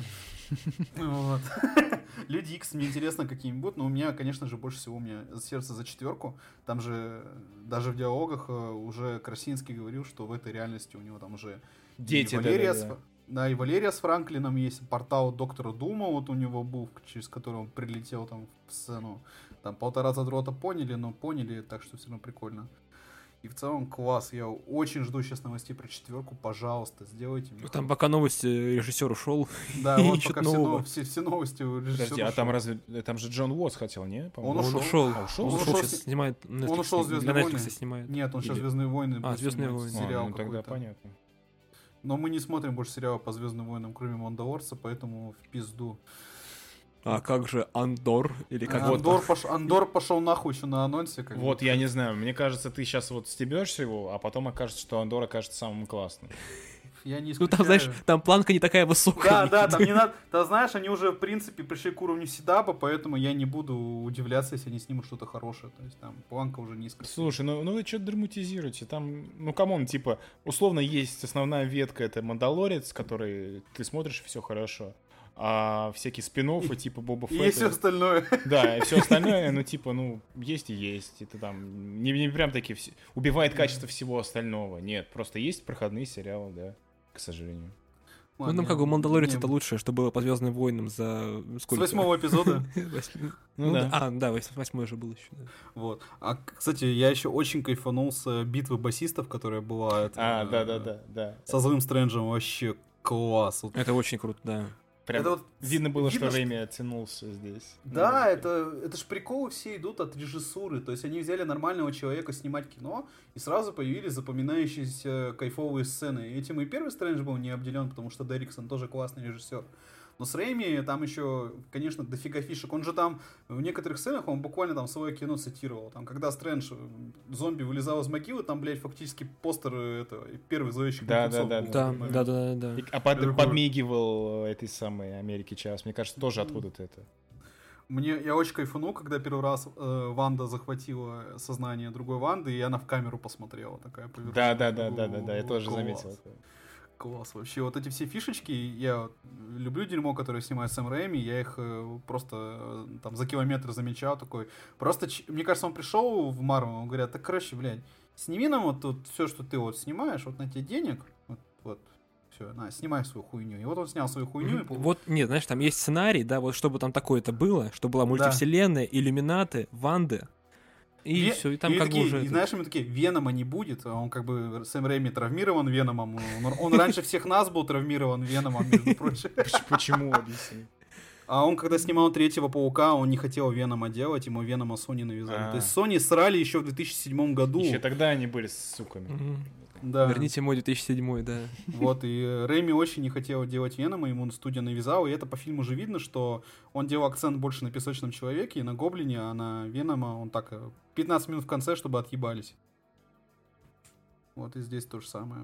Speaker 3: Вот. Люди Икс, мне интересно, какие будут, но у меня, конечно же, больше всего у меня сердце за четверку. Там же даже в диалогах уже Красинский говорил, что в этой реальности у него там уже
Speaker 2: дети,
Speaker 3: да, и Валерия с Франклином есть, портал Доктора Дума вот у него был, через который он прилетел там в сцену. Там полтора задрота поняли, так что все равно прикольно. И в целом класс. Я очень жду сейчас новостей про четверку. Пожалуйста, сделайте мне.
Speaker 1: Там пока новости режиссер ушел.
Speaker 3: Да, вот пока все новости у режиссера.
Speaker 2: Подожди, а там разве там же Джон Уотс хотел, не?
Speaker 1: Он ушел.
Speaker 3: Он
Speaker 1: сейчас снимает.
Speaker 3: Он ушел в «Звездные войны».
Speaker 1: Снимает.
Speaker 3: Нет, он сейчас «Звездные войны».
Speaker 1: «Звездные войны».
Speaker 3: Сериал
Speaker 2: тогда понятно.
Speaker 3: Но мы не смотрим больше сериала по «Звездным войнам», кроме «Мандалорца», поэтому в пизду.
Speaker 1: А как же Андор? Или как
Speaker 3: Андор пошел нахуй еще на анонсе.
Speaker 2: Вот, я не знаю, мне кажется, ты сейчас вот стебешься его, а потом окажется, что Андор окажется самым классным.
Speaker 3: Я не
Speaker 1: исключаю. Там, знаешь, там планка не такая высокая.
Speaker 3: Да, там не надо. Ты знаешь, они уже, в принципе, пришли к уровню седаба, поэтому я не буду удивляться, если они снимут что-то хорошее. То есть там планка уже низкая.
Speaker 2: Слушай, ну вы что-то драматизируете. Там, камон, типа, условно есть основная ветка, это Мандалорец, который ты смотришь, и все хорошо. А всякие спин-оффы, типа Боба Фетта.
Speaker 3: И все остальное.
Speaker 2: Да, и все остальное, есть и есть. Это там не прям такие убивает качество всего остального. Нет, просто есть проходные сериалы, да, к сожалению.
Speaker 1: Ладно, как бы «Мандалорец» это лучшее, что было по «Звездным войнам» за сколько?
Speaker 3: С 8-го эпизода.
Speaker 1: Да, 8-й же был еще.
Speaker 3: Вот. А, кстати, я еще очень кайфанул с битвы басистов, которая была.
Speaker 2: Да.
Speaker 3: Со Злым Стрэнджем вообще класс.
Speaker 1: Это очень круто, да.
Speaker 2: Прям это видно было, что Рэйми оттянулся здесь.
Speaker 3: Да, это ж приколы все идут от режиссуры. То есть они взяли нормального человека снимать кино, и сразу появились запоминающиеся кайфовые сцены. И этим и первый Стрэндж был не обделен, потому что Дерриксон тоже классный режиссер. Но с Рэйми там еще, конечно, дофига фишек. Он же там в некоторых сценах, он буквально там свое кино цитировал. Там, когда Стрэндж, зомби, вылезал из могилы, там, блядь, фактически постер этого, первый зловещих мертвецов.
Speaker 1: Да.
Speaker 2: А подмигивал этой самой Америки Час. Мне кажется, тоже откуда-то это.
Speaker 3: Я очень кайфанул, когда первый раз Ванда захватила сознание другой Ванды, и она в камеру посмотрела. Такая
Speaker 2: Да, я тоже заметил это.
Speaker 3: Класс. Вообще, вот эти все фишечки, я люблю дерьмо, которое снимает Сэм Рэйми, я их просто там за километр замечал, такой. Просто, мне кажется, он пришел в Марвел, он говорит, так, короче, блядь, сними нам вот тут все, что ты вот снимаешь, вот на тебе денег, вот, все, на, снимай свою хуйню. И вот он снял свою хуйню.
Speaker 1: Вот, нет, знаешь, там есть сценарий, да, вот чтобы там такое-то было, чтобы была мультивселенная, иллюминаты, Ванды. И все, и там
Speaker 3: и
Speaker 1: как
Speaker 3: такие,
Speaker 1: бы уже...
Speaker 3: И знаешь, мы такие, Венома не будет, а он как бы, Сэм Рэйми травмирован Веномом, он раньше всех нас был травмирован Веномом, между прочим.
Speaker 2: Почему, объясни?
Speaker 3: А он, когда снимал третьего Паука, он не хотел Венома делать, ему Венома Sony навязали. То есть Sony срали еще в 2007 году.
Speaker 2: Еще тогда они были суками.
Speaker 3: Да.
Speaker 1: Верните мой 2007, да.
Speaker 3: Вот, и Рэйми очень не хотел делать Венома, ему студия навязала, и это по фильму же видно, что он делал акцент больше на Песочном Человеке и на Гоблине, а на Венома он так 15 минут в конце, чтобы отъебались. Вот и здесь то же самое.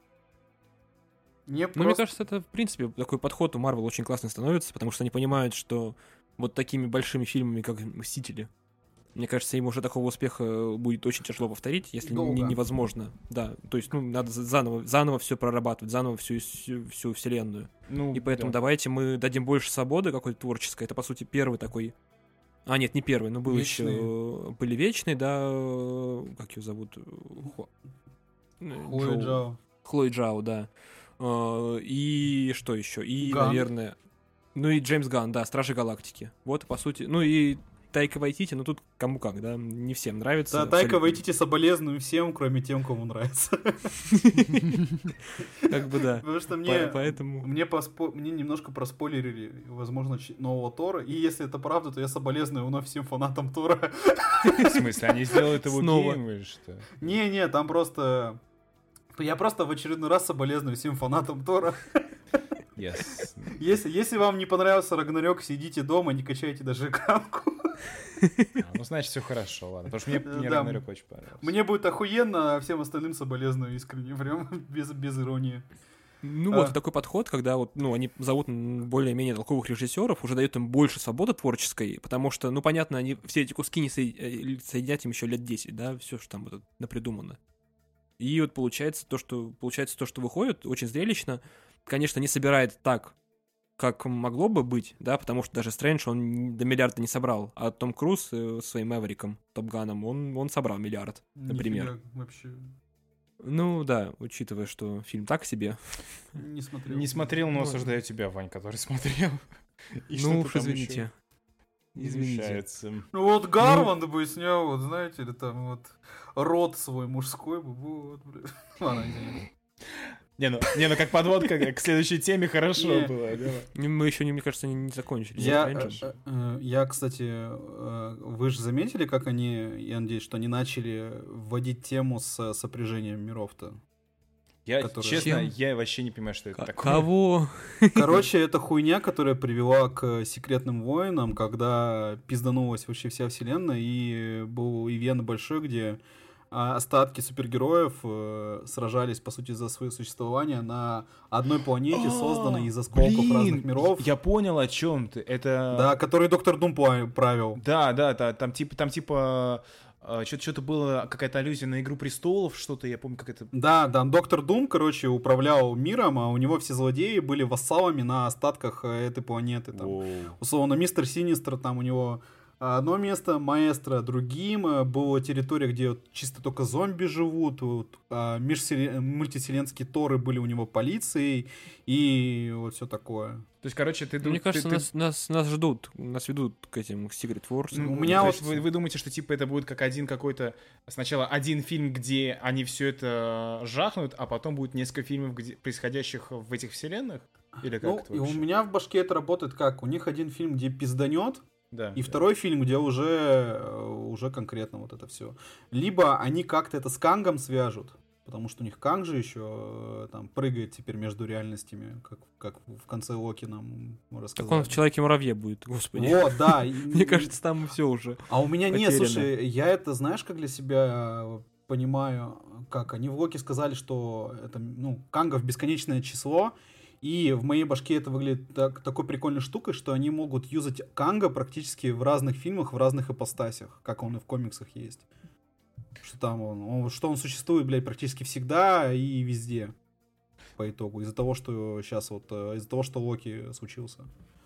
Speaker 1: Мне кажется, это, в принципе, такой подход у Марвел очень классно становится, потому что они понимают, что вот такими большими фильмами, как «Мстители», мне кажется, им уже такого успеха будет очень тяжело повторить, если невозможно. Да, то есть, надо заново все прорабатывать, заново всю вселенную. И поэтому давайте мы дадим больше свободы какой-то творческой. Это, по сути, первый такой... А, нет, не первый, но был еще... Были Вечные, да... Как ее зовут? Хлои Джао, да. И что еще? И, наверное... и Джеймс Ганн, да, Стражи Галактики. Вот, по сути... Тайка Вайтити, ну тут кому как, да, не всем нравится.
Speaker 3: Да, Тайка Вайтити соболезную всем, кроме тем, кому нравится.
Speaker 1: Как бы да.
Speaker 3: Потому что мне
Speaker 1: Поэтому...
Speaker 3: мне немножко проспойлерили, возможно, нового Тора, и если это правда, то я соболезную вновь всем фанатам Тора.
Speaker 2: В смысле, они сделают его
Speaker 1: Снова.
Speaker 2: геем или что?
Speaker 3: Не, там просто... Я просто в очередной раз соболезную всем фанатам Тора.
Speaker 2: Yes.
Speaker 3: Если вам не понравился Рагнарёк, сидите дома, не качайте даже экранку.
Speaker 2: Ну, значит, все хорошо, ладно. Потому что мне
Speaker 3: Да.
Speaker 2: Рагнарёк очень понравился.
Speaker 3: Мне будет охуенно, а всем остальным соболезную искренне, прям без иронии.
Speaker 1: Ну вот такой подход, когда вот, ну, они зовут более-менее толковых режиссеров, уже дают им больше свободы творческой, потому что, ну, понятно, они все эти куски не соединять им еще лет 10, да, все, что там вот напридумано. И вот получается то, что выходит, очень зрелищно. Конечно, не собирает так, как могло бы быть, да, потому что даже Стрэндж, он до миллиарда не собрал, а Том Круз своим Мэвериком, Топ Ганом, он собрал миллиард, например.
Speaker 3: Нифига, вообще
Speaker 1: Ну да, учитывая, что фильм так себе.
Speaker 3: не смотрел.
Speaker 2: Не смотрел, но
Speaker 1: Ну,
Speaker 2: осуждаю тебя, Вань, который смотрел. И
Speaker 1: Ну
Speaker 2: что-то
Speaker 1: уж
Speaker 2: там
Speaker 1: извините.
Speaker 2: ещё
Speaker 1: Извините.
Speaker 2: вмещается.
Speaker 3: Ну вот Гарванд бы снял, вот знаете, или там вот род свой мужской бы, вот, блин. Ладно, извините.
Speaker 2: Не, ну как подводка к следующей теме хорошо
Speaker 3: Не.
Speaker 2: было. дело.
Speaker 1: Мы еще, мне кажется, не закончили. с
Speaker 3: Я,
Speaker 1: Стрэнджем.
Speaker 3: я, кстати, вы же заметили, как они, я надеюсь, что они начали вводить тему с сопряжением миров-то?
Speaker 2: Я,
Speaker 3: Который-
Speaker 2: честно,
Speaker 1: Чем?
Speaker 2: я вообще не понимаю, что это такое.
Speaker 1: Кого?
Speaker 3: Короче, это хуйня, которая привела к Секретным войнам, когда пизданулась вообще вся вселенная, и был ивент большой, где остатки супергероев сражались, по сути, за свое существование на одной планете, созданной из осколков разных миров.
Speaker 2: Я понял, о чем ты. Это...
Speaker 3: Да, который Доктор Дум правил.
Speaker 2: Да, там типа что-то было, какая-то аллюзия на Игру престолов, что-то, я помню, как это...
Speaker 3: Да, Доктор Дум, короче, управлял миром, а у него все злодеи были вассалами на остатках этой планеты. Там.
Speaker 2: Воу.
Speaker 3: Условно, Мистер Синистер, там у него одно место, Маэстро другим, была территория, где вот чисто только зомби живут, вот, мультивселенские Торы были у него полицией, и вот все такое.
Speaker 2: То есть, короче, ты...
Speaker 1: Ну, мне кажется,
Speaker 2: ты-
Speaker 1: нас ждут, нас ведут к этим, к Secret Wars.
Speaker 2: Ну,
Speaker 3: У меня
Speaker 2: то
Speaker 3: вот-
Speaker 2: есть вы думаете, что типа это будет как один какой-то... Сначала один фильм, где они все это жахнут, а потом будет несколько фильмов, происходящих в этих вселенных? Или как
Speaker 3: Ну,
Speaker 2: это
Speaker 3: и у
Speaker 2: вообще?
Speaker 3: меня в башке это работает как? У них один фильм, где пизданет,
Speaker 2: Да,
Speaker 3: и
Speaker 2: да.
Speaker 3: второй фильм, где уже конкретно вот это все. Либо они как-то это с Кангом свяжут, потому что у них Канг же еще там прыгает теперь между реальностями, как в конце Локи нам
Speaker 1: Так
Speaker 3: рассказали.
Speaker 1: он в Человеке-муравье будет, господи.
Speaker 3: Вот, да.
Speaker 1: Мне кажется, там все уже.
Speaker 3: А у меня нет,
Speaker 1: потеряно.
Speaker 3: слушай, я это, знаешь, как для себя понимаю, как они в Локи сказали, что это, ну, Кангов бесконечное число, и в моей башке это выглядит такой прикольной штукой, что они могут юзать Канга практически в разных фильмах, в разных ипостасях, как он и в комиксах есть. Что там он существует, блядь, практически всегда и везде. По итогу. Из-за того, что сейчас из-за того, что Локи случился.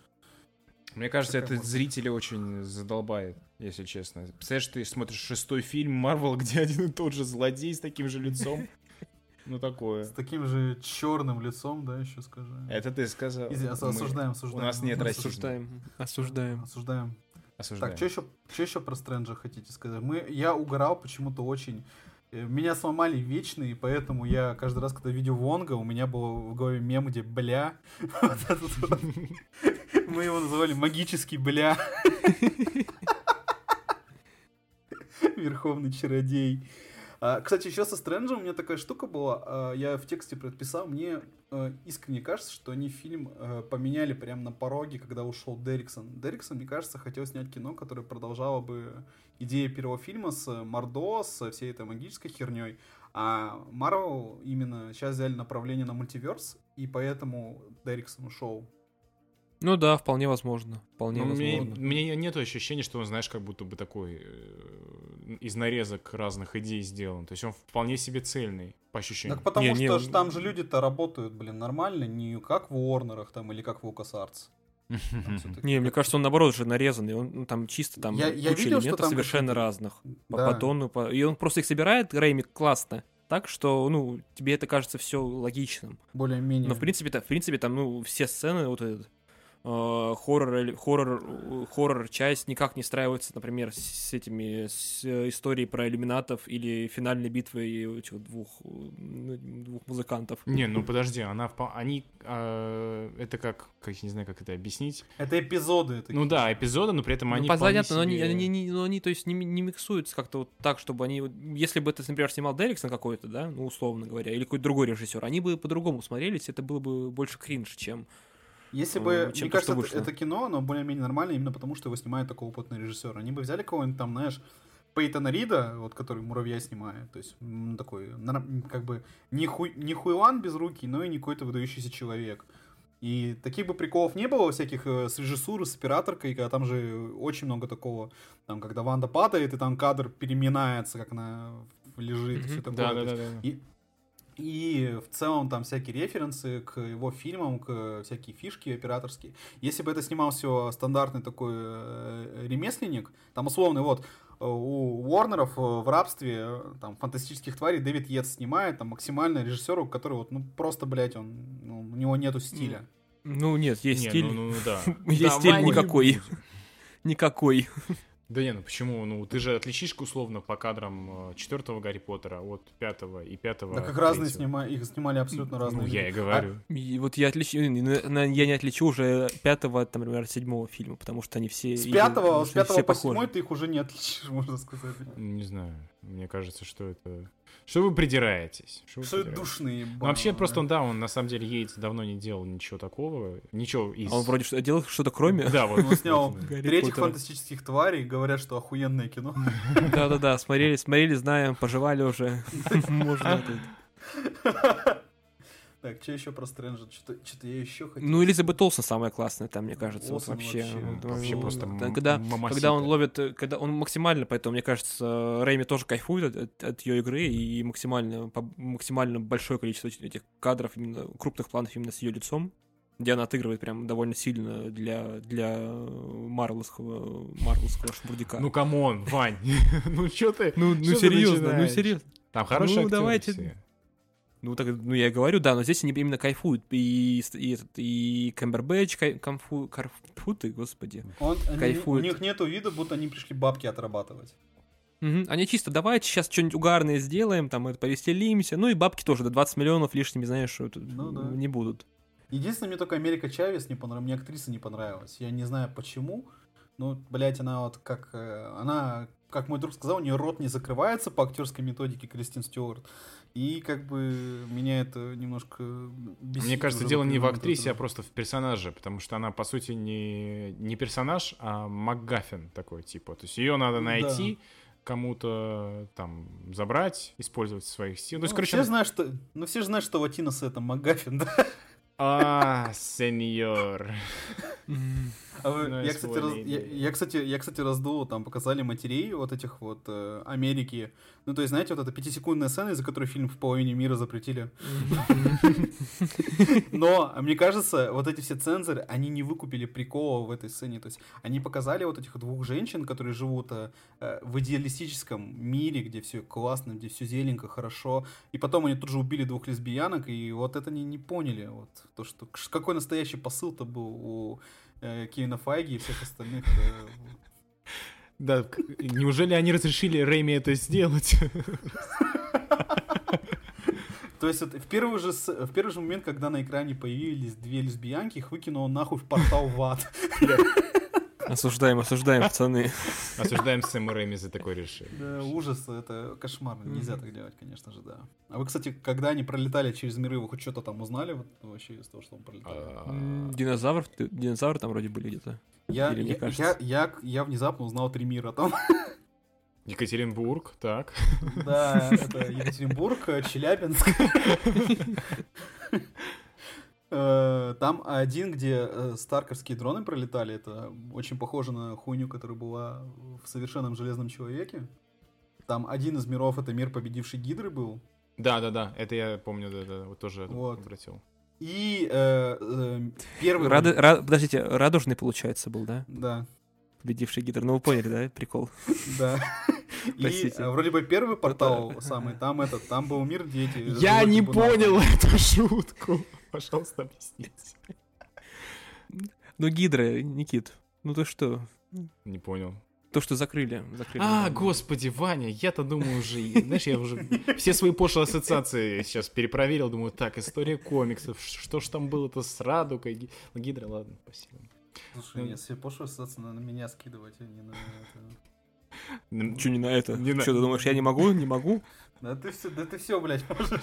Speaker 2: Мне кажется,
Speaker 3: Такая
Speaker 2: это зрителя очень задолбает, если честно. Представляешь, ты смотришь 6-й фильм Марвел, где один и тот же злодей с таким же лицом. Ну, такое.
Speaker 3: С таким же черным лицом, да, еще скажи.
Speaker 2: Это ты сказал.
Speaker 3: Извини, осуждаем.
Speaker 2: У нас нет расизма.
Speaker 1: Осуждаем.
Speaker 3: Осуждаем.
Speaker 2: Осуждаем.
Speaker 3: Так, что еще про Стрэнджа хотите сказать? Я угорал почему-то очень. Меня сломали вечные, поэтому я каждый раз, когда видел Вонга, у меня был в голове мем, где бля. Вот этот вот. Мы его называли магический бля. Верховный чародей. Кстати, еще со Стрэнджем у меня такая штука была. Я в тексте предписал. Мне искренне кажется, что они фильм поменяли прямо на пороге, когда ушел Дерриксон. Дерриксон, мне кажется, хотел снять кино, которое продолжало бы идею первого фильма с Мордо, со всей этой магической херней. А Марвел именно сейчас взяли направление на мультиверс, и поэтому Дерриксон ушел.
Speaker 1: Ну да, вполне возможно. Вполне
Speaker 2: Ну,
Speaker 1: возможно.
Speaker 2: мне нет ощущения, что он, знаешь, как будто бы такой из нарезок разных идей сделан. То есть он вполне себе цельный, по ощущениям.
Speaker 3: Так потому
Speaker 1: Не,
Speaker 3: что
Speaker 1: не,
Speaker 3: там же люди-то работают, блин, нормально, не как в Уорнерах там или как в LucasArts.
Speaker 1: Не, мне кажется, он наоборот же нарезанный. Он там чисто там
Speaker 3: Я
Speaker 1: куча
Speaker 3: видел, что
Speaker 1: элементов
Speaker 3: там
Speaker 1: совершенно
Speaker 3: какие-то-
Speaker 1: разных.
Speaker 3: Да.
Speaker 1: По тону. И он просто их собирает, Рэйми, классно. Так что, ну, тебе это кажется все логичным.
Speaker 3: Более-менее.
Speaker 1: Но в принципе там, ну, все сцены, вот этот хоррор-часть никак не встраивается, например, с историей про иллюминатов или финальной битвой этих двух музыкантов.
Speaker 2: Не, ну подожди, они, это как, я не знаю, как это объяснить.
Speaker 3: Это эпизоды.
Speaker 2: Ну да, эпизоды, но при этом они
Speaker 1: понятно, но
Speaker 2: себе...
Speaker 1: они то есть, не миксуются как-то вот так, чтобы они... Если бы это, например, снимал Дерриксон какой-то, да, ну, условно говоря, или какой-то другой режиссер, они бы по-другому смотрелись, это было бы больше кринж, чем...
Speaker 3: Если бы, мне кажется, это кино, оно более-менее нормально именно потому, что его снимает такой опытный режиссер. Они бы взяли кого-нибудь там, знаешь, Пейтона Рида, вот который «Муравья» снимает, то есть такой, как бы, не хуйлан безрукий, но и не какой-то выдающийся человек. И таких бы приколов не было всяких с режиссурой, с операторкой, когда там же очень много такого, там, когда Ванда падает, и там кадр переминается, как она лежит, все такое.
Speaker 2: Да.
Speaker 3: И в целом там всякие референсы к его фильмам, к всякие фишки операторские. Если бы это снимал все стандартный такой ремесленник, там условно вот у Уорнеров в «Рабстве» там фантастических тварей Дэвид Йетс снимает, там максимально режиссер, у которого вот, ну просто, блядь, у него нету стиля.
Speaker 1: Ну нет, есть стиль.
Speaker 2: Да.
Speaker 1: Есть стиль никакой. Никакой.
Speaker 2: Да не, ну почему? Ну ты же отличишь условно по кадрам 4-го Гарри Поттера от 5-го и 5-го.
Speaker 3: Да как разные их снимали абсолютно разные.
Speaker 2: Ну я и говорю.
Speaker 1: Вот я не отличу уже 5-го, там, например, 7-го фильма, потому что они все...
Speaker 3: С 5-го по 7-й ты их уже не отличишь, можно сказать.
Speaker 2: Не знаю, мне кажется, что это... Что вы придираетесь?
Speaker 3: Что душные.
Speaker 2: Ну, вообще, просто он на самом деле Йейтс давно не делал ничего такого. Ничего из...
Speaker 1: Он вроде делал что-то кроме...
Speaker 2: Да, вот.
Speaker 3: Он снял третьих фантастических тварей, говорят, что охуенное кино.
Speaker 1: Да-да-да, смотрели, знаем, пожевали уже. Можно тут.
Speaker 3: Так, что еще про Стрэнджа? Что-то я еще хотел...
Speaker 1: Ну, Элизабет Олсен самая классная там, мне кажется, вот
Speaker 3: вообще
Speaker 2: просто
Speaker 1: когда он ловит, когда он максимально, поэтому, мне кажется, Рэйми тоже кайфует от ее игры, и максимально большое количество этих кадров, именно крупных планов именно с ее лицом, где она отыгрывает прям довольно сильно для марвелского шмурдяка.
Speaker 2: Ну, камон, Вань, ну что ты?
Speaker 1: Ну, серьезно.
Speaker 2: Там хорошие актеры
Speaker 1: давайте...
Speaker 2: все.
Speaker 1: Я и говорю, да, но здесь они именно кайфуют. И Камбербэтч ты, господи.
Speaker 3: У них нету вида, будто они пришли бабки отрабатывать.
Speaker 1: Они чисто, давайте сейчас что-нибудь угарное сделаем, там, повеселимся. Ну и бабки тоже до 20 миллионов лишними, знаешь, что не будут.
Speaker 3: Единственное, мне только Америка Чавес не понравилась, мне актриса не понравилась. Я не знаю почему. Ну, блять, она вот как... Она, как мой друг сказал, у нее рот не закрывается по актерской методике Кристин Стюарт. И как бы меня это немножко бесит.
Speaker 2: Мне кажется, дело не в актрисе, а просто в персонаже, потому что она, по сути, не персонаж, а МакГаффин такой, типа. То есть ее надо найти, кому-то там забрать, использовать в своих силах.
Speaker 3: Ну, все же знают, что Латинос это МакГаффин, да?
Speaker 2: Сеньор.
Speaker 3: Я, кстати, раздул, там показали матерей вот этих вот Америки. Ну, то есть, знаете, вот эта 5-секундная сцена, из-за которой фильм в половине мира запретили. Но, мне кажется, вот эти все цензоры, они не выкупили прикола в этой сцене. То есть, они показали вот этих двух женщин, которые живут в идеалистическом мире, где все классно, где все зелененько, хорошо. И потом они тут же убили двух лесбиянок, и вот это не поняли. Вот то, что какой настоящий посыл-то был у Кевина Файги и всех остальных.
Speaker 2: Да, неужели они разрешили Рэйми это сделать?
Speaker 3: То есть в первый же момент, когда на экране появились две лесбиянки, их выкинуло нахуй в портал в ад.
Speaker 1: Осуждаем, пацаны.
Speaker 2: Осуждаем Сэма Рэйми за такое решение.
Speaker 3: Да, ужас, это кошмарно. Нельзя так делать, конечно же, да. А вы, кстати, когда они пролетали через миры, вы хоть что-то там узнали вот, вообще из того, что он пролетали?
Speaker 1: Динозавры там вроде были где-то.
Speaker 3: Я внезапно узнал 3 мира там.
Speaker 2: Екатеринбург, так.
Speaker 3: Да, это Екатеринбург, Челябинск. Там один, где старковские дроны пролетали, это очень похоже на хуйню, которая была в «Совершенном Железном Человеке». Там один из миров — это мир победивший Гидры был.
Speaker 2: Да, это я помню, да, вот тоже обратил.
Speaker 3: И первый...
Speaker 1: Подождите, радужный, получается, был, да?
Speaker 3: Да.
Speaker 1: Победивший Гидры. Ну, вы поняли, да, прикол?
Speaker 3: Да. И вроде бы первый портал самый, там был мир, где эти...
Speaker 2: Я не понял эту шутку. Пожалуйста, объясните.
Speaker 1: Ну, Гидра, Никит, ну ты что?
Speaker 2: Не понял.
Speaker 1: То, что закрыли.
Speaker 2: Господи, Ваня, я-то думаю уже, знаешь, я уже все свои пошлые ассоциации сейчас перепроверил, думаю, так, история комиксов, что ж там было-то с Радугой, Гидра, ладно, спасибо.
Speaker 3: Слушай, нет, все пошлые ассоциации на меня скидывать, а не на это.
Speaker 1: Че не на это?
Speaker 2: Не на-
Speaker 1: Что, ты думаешь, я не могу? Не могу?
Speaker 3: Да ты все, блядь, можешь.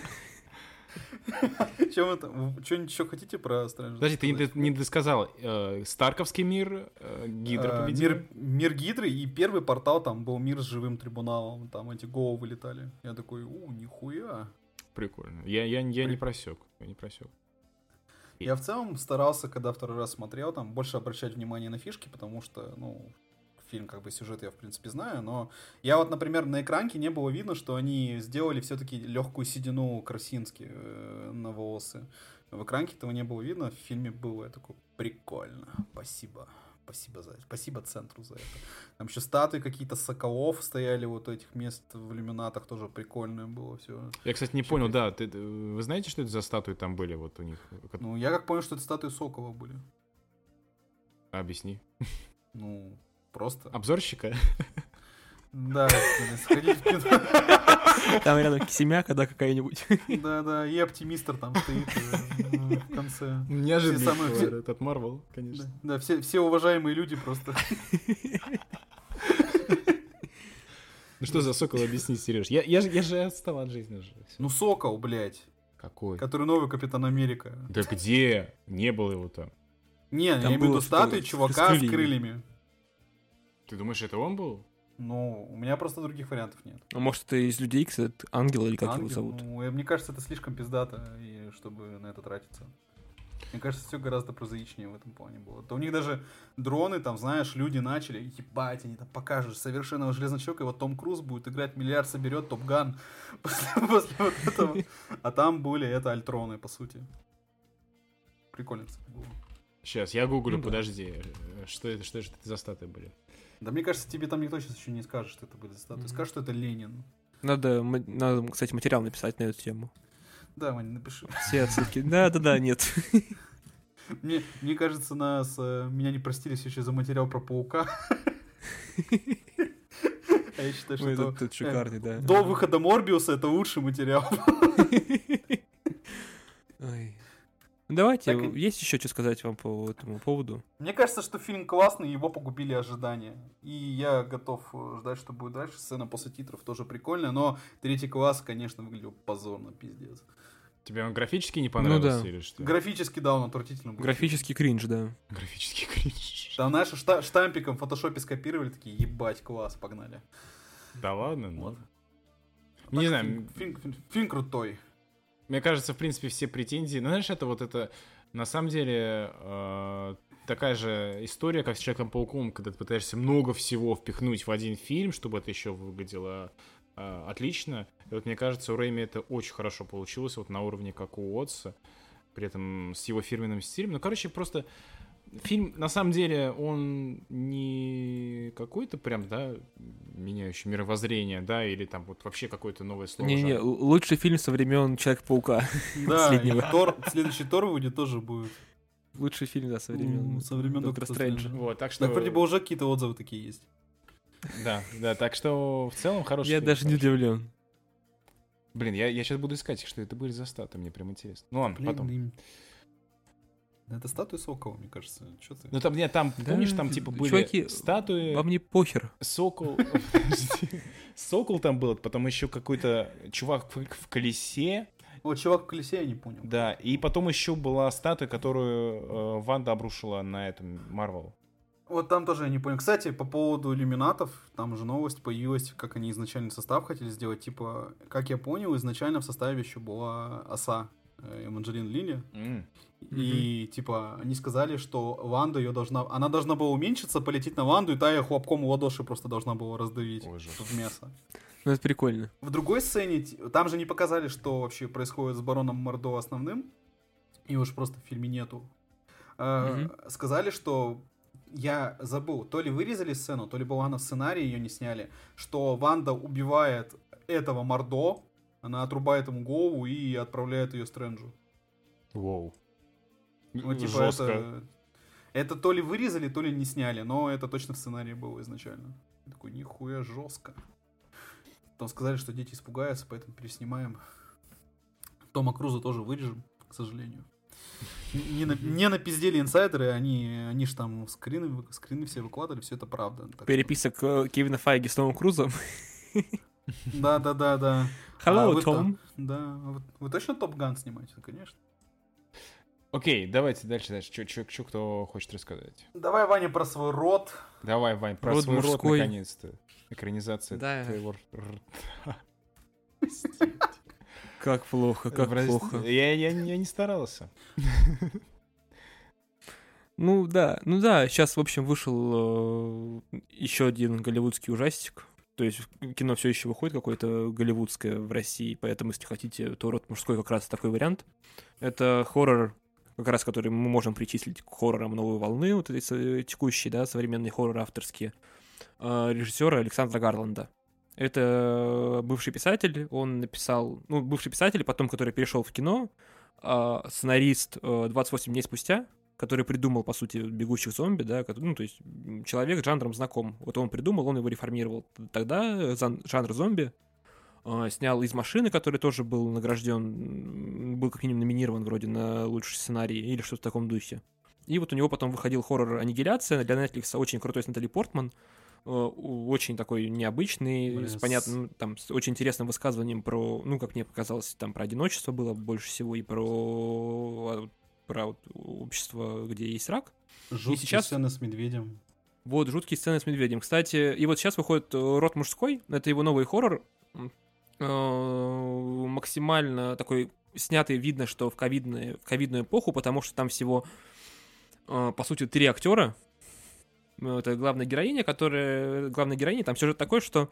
Speaker 3: Чем это? Что-нибудь еще хотите про Strange?
Speaker 2: Подожди, ты не досказал. Старковский мир, Гидра победила?
Speaker 3: Мир Гидры, и первый портал там был мир с живым трибуналом, там эти Гоу вылетали. Я такой, нихуя.
Speaker 2: Прикольно. Я не просек.
Speaker 3: Я в целом старался, когда второй раз смотрел, там больше обращать внимание на фишки, потому что, фильм, как бы, сюжет я, в принципе, знаю, но я вот, например, на экранке не было видно, что они сделали все-таки легкую седину Красински на волосы. В экранке этого не было видно, в фильме было. Я такой, прикольно, спасибо. Спасибо центру за это. Там еще статуи какие-то соколов стояли вот у этих мест в иллюминатах, тоже прикольное было все.
Speaker 2: Я, кстати, не понял, да, вы знаете, что это за статуи там были вот у них?
Speaker 3: Ну, я как понял, что это статуи сокола были.
Speaker 2: Объясни.
Speaker 3: Ну, просто.
Speaker 2: Обзорщика?
Speaker 3: Да, сходить в кино.
Speaker 1: Там рядом Кисемяка, да, какая-нибудь.
Speaker 3: Да, и оптимистр там стоит в конце.
Speaker 2: Неожиданный этот Марвел, конечно.
Speaker 3: Да, все уважаемые люди просто.
Speaker 2: Ну что за сокол, объясни, Сереж. Я же отстал от жизни уже.
Speaker 3: Ну, сокол, блядь.
Speaker 2: Какой?
Speaker 3: Который новый Капитан Америка.
Speaker 2: Да где? Не было его там.
Speaker 3: Не, я
Speaker 1: Там
Speaker 3: имею в виду
Speaker 1: было
Speaker 3: статуи
Speaker 1: что-то
Speaker 3: чувака
Speaker 1: с
Speaker 3: с крыльями.
Speaker 2: Ты думаешь, это он был?
Speaker 3: Ну, у меня просто других вариантов нет.
Speaker 1: А может, это из Людей Икс, это ангел или как его
Speaker 3: Ангел,
Speaker 1: зовут?
Speaker 3: ну, мне кажется, это слишком пиздато, и чтобы на это тратиться. Мне кажется, все гораздо прозаичнее в этом плане было. То у них даже дроны, там, знаешь, люди начали, ебать, они там покажут совершенного железного человека, и вот Том Круз будет играть, миллиард соберет, Топ Ган после вот этого. А там были это альтроны, по сути. Прикольно, кстати, было.
Speaker 2: Сейчас, я гуглю,
Speaker 1: Ну да.
Speaker 2: подожди. Что это за статуи были?
Speaker 3: Да мне кажется, тебе там никто сейчас еще не скажет, что это были статуи. Скажет, что это Ленин.
Speaker 1: Надо, кстати, материал написать на эту тему.
Speaker 3: Да, Ваня, напиши.
Speaker 1: Все отсылки. Да, нет.
Speaker 3: Мне кажется, меня не простили еще за материал про паука. А я считаю, что
Speaker 1: Ой,
Speaker 3: это
Speaker 1: тут шикарный, да.
Speaker 3: до выхода Морбиуса это лучший материал.
Speaker 1: Ой. Давайте,
Speaker 3: Так
Speaker 1: есть еще что сказать вам по этому поводу?
Speaker 3: Мне кажется, что фильм классный, его погубили ожидания. И я готов ждать, что будет дальше. Сцена после титров тоже прикольная, но третий класс, конечно, выглядел позорно, пиздец.
Speaker 2: Тебе он графически не понравился
Speaker 1: да.
Speaker 2: или что?
Speaker 3: Графически, да, он отвратительно был.
Speaker 1: Графический кринж, да.
Speaker 2: Графический кринж.
Speaker 3: Там, знаешь, штампиком в фотошопе скопировали, такие, ебать, класс, погнали.
Speaker 2: Да ладно, ну.
Speaker 3: Вот.
Speaker 2: Не
Speaker 3: Так,
Speaker 2: знаю,
Speaker 3: Фильм крутой.
Speaker 2: мне кажется, в принципе, все претензии... Ну, знаешь, это на самом деле такая же история, как с Человеком-пауком, когда ты пытаешься много всего впихнуть в один фильм, чтобы это еще выглядело отлично. И вот мне кажется, у Рэйми это очень хорошо получилось, вот на уровне как у Уотса, при этом с его фирменным стилем. Ну, короче, просто фильм, на самом деле, он не какой-то прям, да, меняющий мировоззрение, да, или там вот вообще какое-то новое слово.
Speaker 1: Не-не, лучший фильм со времен Человека-паука.
Speaker 3: Да, и
Speaker 1: Последнего.
Speaker 3: следующий Тор выйдет тоже будет.
Speaker 1: Лучший фильм, да, со времен
Speaker 3: Доктора
Speaker 1: Доктора Стрэнджа.
Speaker 2: Вот, так что...
Speaker 3: Так вроде бы уже какие-то отзывы такие есть.
Speaker 2: Да, так что в целом хороший
Speaker 1: Я
Speaker 2: фильм,
Speaker 1: даже не
Speaker 2: хороший.
Speaker 1: удивлен.
Speaker 2: Блин, я сейчас буду искать, что это были за статы, мне прям интересно. Ну ладно, потом.
Speaker 3: Это статуи Сокола, мне кажется. Чё ты?
Speaker 2: Ну там, нет, там,
Speaker 1: Да,
Speaker 2: помнишь, там типа были
Speaker 1: чуваки,
Speaker 2: статуи,
Speaker 1: Вам не похер.
Speaker 2: сокол. Сокол там был, потом еще какой-то чувак в колесе,
Speaker 3: Вот чувак в колесе, я не понял.
Speaker 2: да, и потом еще была статуя, которую Ванда обрушила на этом Марвел.
Speaker 3: Вот там тоже я не понял. Кстати, по поводу иллюминатов, там же новость появилась, как они изначально состав хотели сделать. Типа, как я понял, изначально в составе еще была оса Эванджелина Лили. И, типа, они сказали, что Ванда она должна была уменьшиться, полететь на Ванду, и та ее хлопком в ладоши просто должна была раздавить
Speaker 2: Ой, жесть.
Speaker 3: в мясо.
Speaker 1: Ну, это прикольно.
Speaker 3: В другой сцене, там же не показали, что вообще происходит с Бароном Мордо основным. И уж просто в фильме нету. Сказали, что я забыл, то ли вырезали сцену, то ли была она в сценарии, ее не сняли, что Ванда убивает этого Мордо, она отрубает ему голову и отправляет ее Стрэнджу.
Speaker 2: Воу.
Speaker 3: Ну, типа,
Speaker 2: Жестко.
Speaker 3: Это то ли вырезали, то ли не сняли, но это точно в сценарии было изначально. Я такой, нихуя жестко. Потом сказали, что дети испугаются, поэтому переснимаем. Тома Круза тоже вырежем, к сожалению. Не напиздели инсайдеры, они ж там скрины все выкладывали, все это правда.
Speaker 1: Переписок Кевина Файги с Томом Крузом.
Speaker 3: Да.
Speaker 1: Hello, Том.
Speaker 3: Да, вы точно Топ Ган снимаете? Конечно.
Speaker 2: Окей, давайте дальше. Чё кто хочет рассказать?
Speaker 3: Давай, Ваня, про свой рот.
Speaker 2: Давай, Вань, про
Speaker 1: Рот
Speaker 2: свой рот,
Speaker 1: мужской.
Speaker 2: наконец-то. Экранизация
Speaker 1: Да.
Speaker 2: твоего рта.
Speaker 1: Как плохо, как плохо.
Speaker 2: Я не старался.
Speaker 1: Ну да, сейчас, в общем, вышел еще один голливудский ужастик. То есть кино все еще выходит какое-то голливудское в России, поэтому, если хотите, то «Рот мужской» как раз такой вариант. Это хоррор, как раз который мы можем причислить к хоррорам новой волны, вот эти текущие, да, современные хорроры авторские, режиссера Александра Гарланда. Это бывший писатель, он написал, бывший писатель, потом, который перешел в кино, сценарист 28 дней спустя, который придумал, по сути, «Бегущих зомби», да, то есть человек с жанром знаком. Вот он придумал, он его реформировал. Тогда жанр зомби снял «Из машины», который тоже был награжден, был как минимум номинирован вроде на лучший сценарий или что-то в таком духе. И вот у него потом выходил хоррор «Аннигиляция» для Netflix, очень крутой, с Натали Портман, очень такой необычный, с понятным, там, с очень интересным высказыванием про, как мне показалось, там про одиночество было больше всего и про вот общество, где есть рак.
Speaker 3: Жуткие сцены с медведем.
Speaker 1: Вот, жуткие сцены с медведем. Кстати, и вот сейчас выходит «Рот мужской», это его новый хоррор, максимально такой снятый, видно, что в ковидную эпоху, потому что там всего, по сути, 3 актера. Это главная героиня, там сюжет такой, что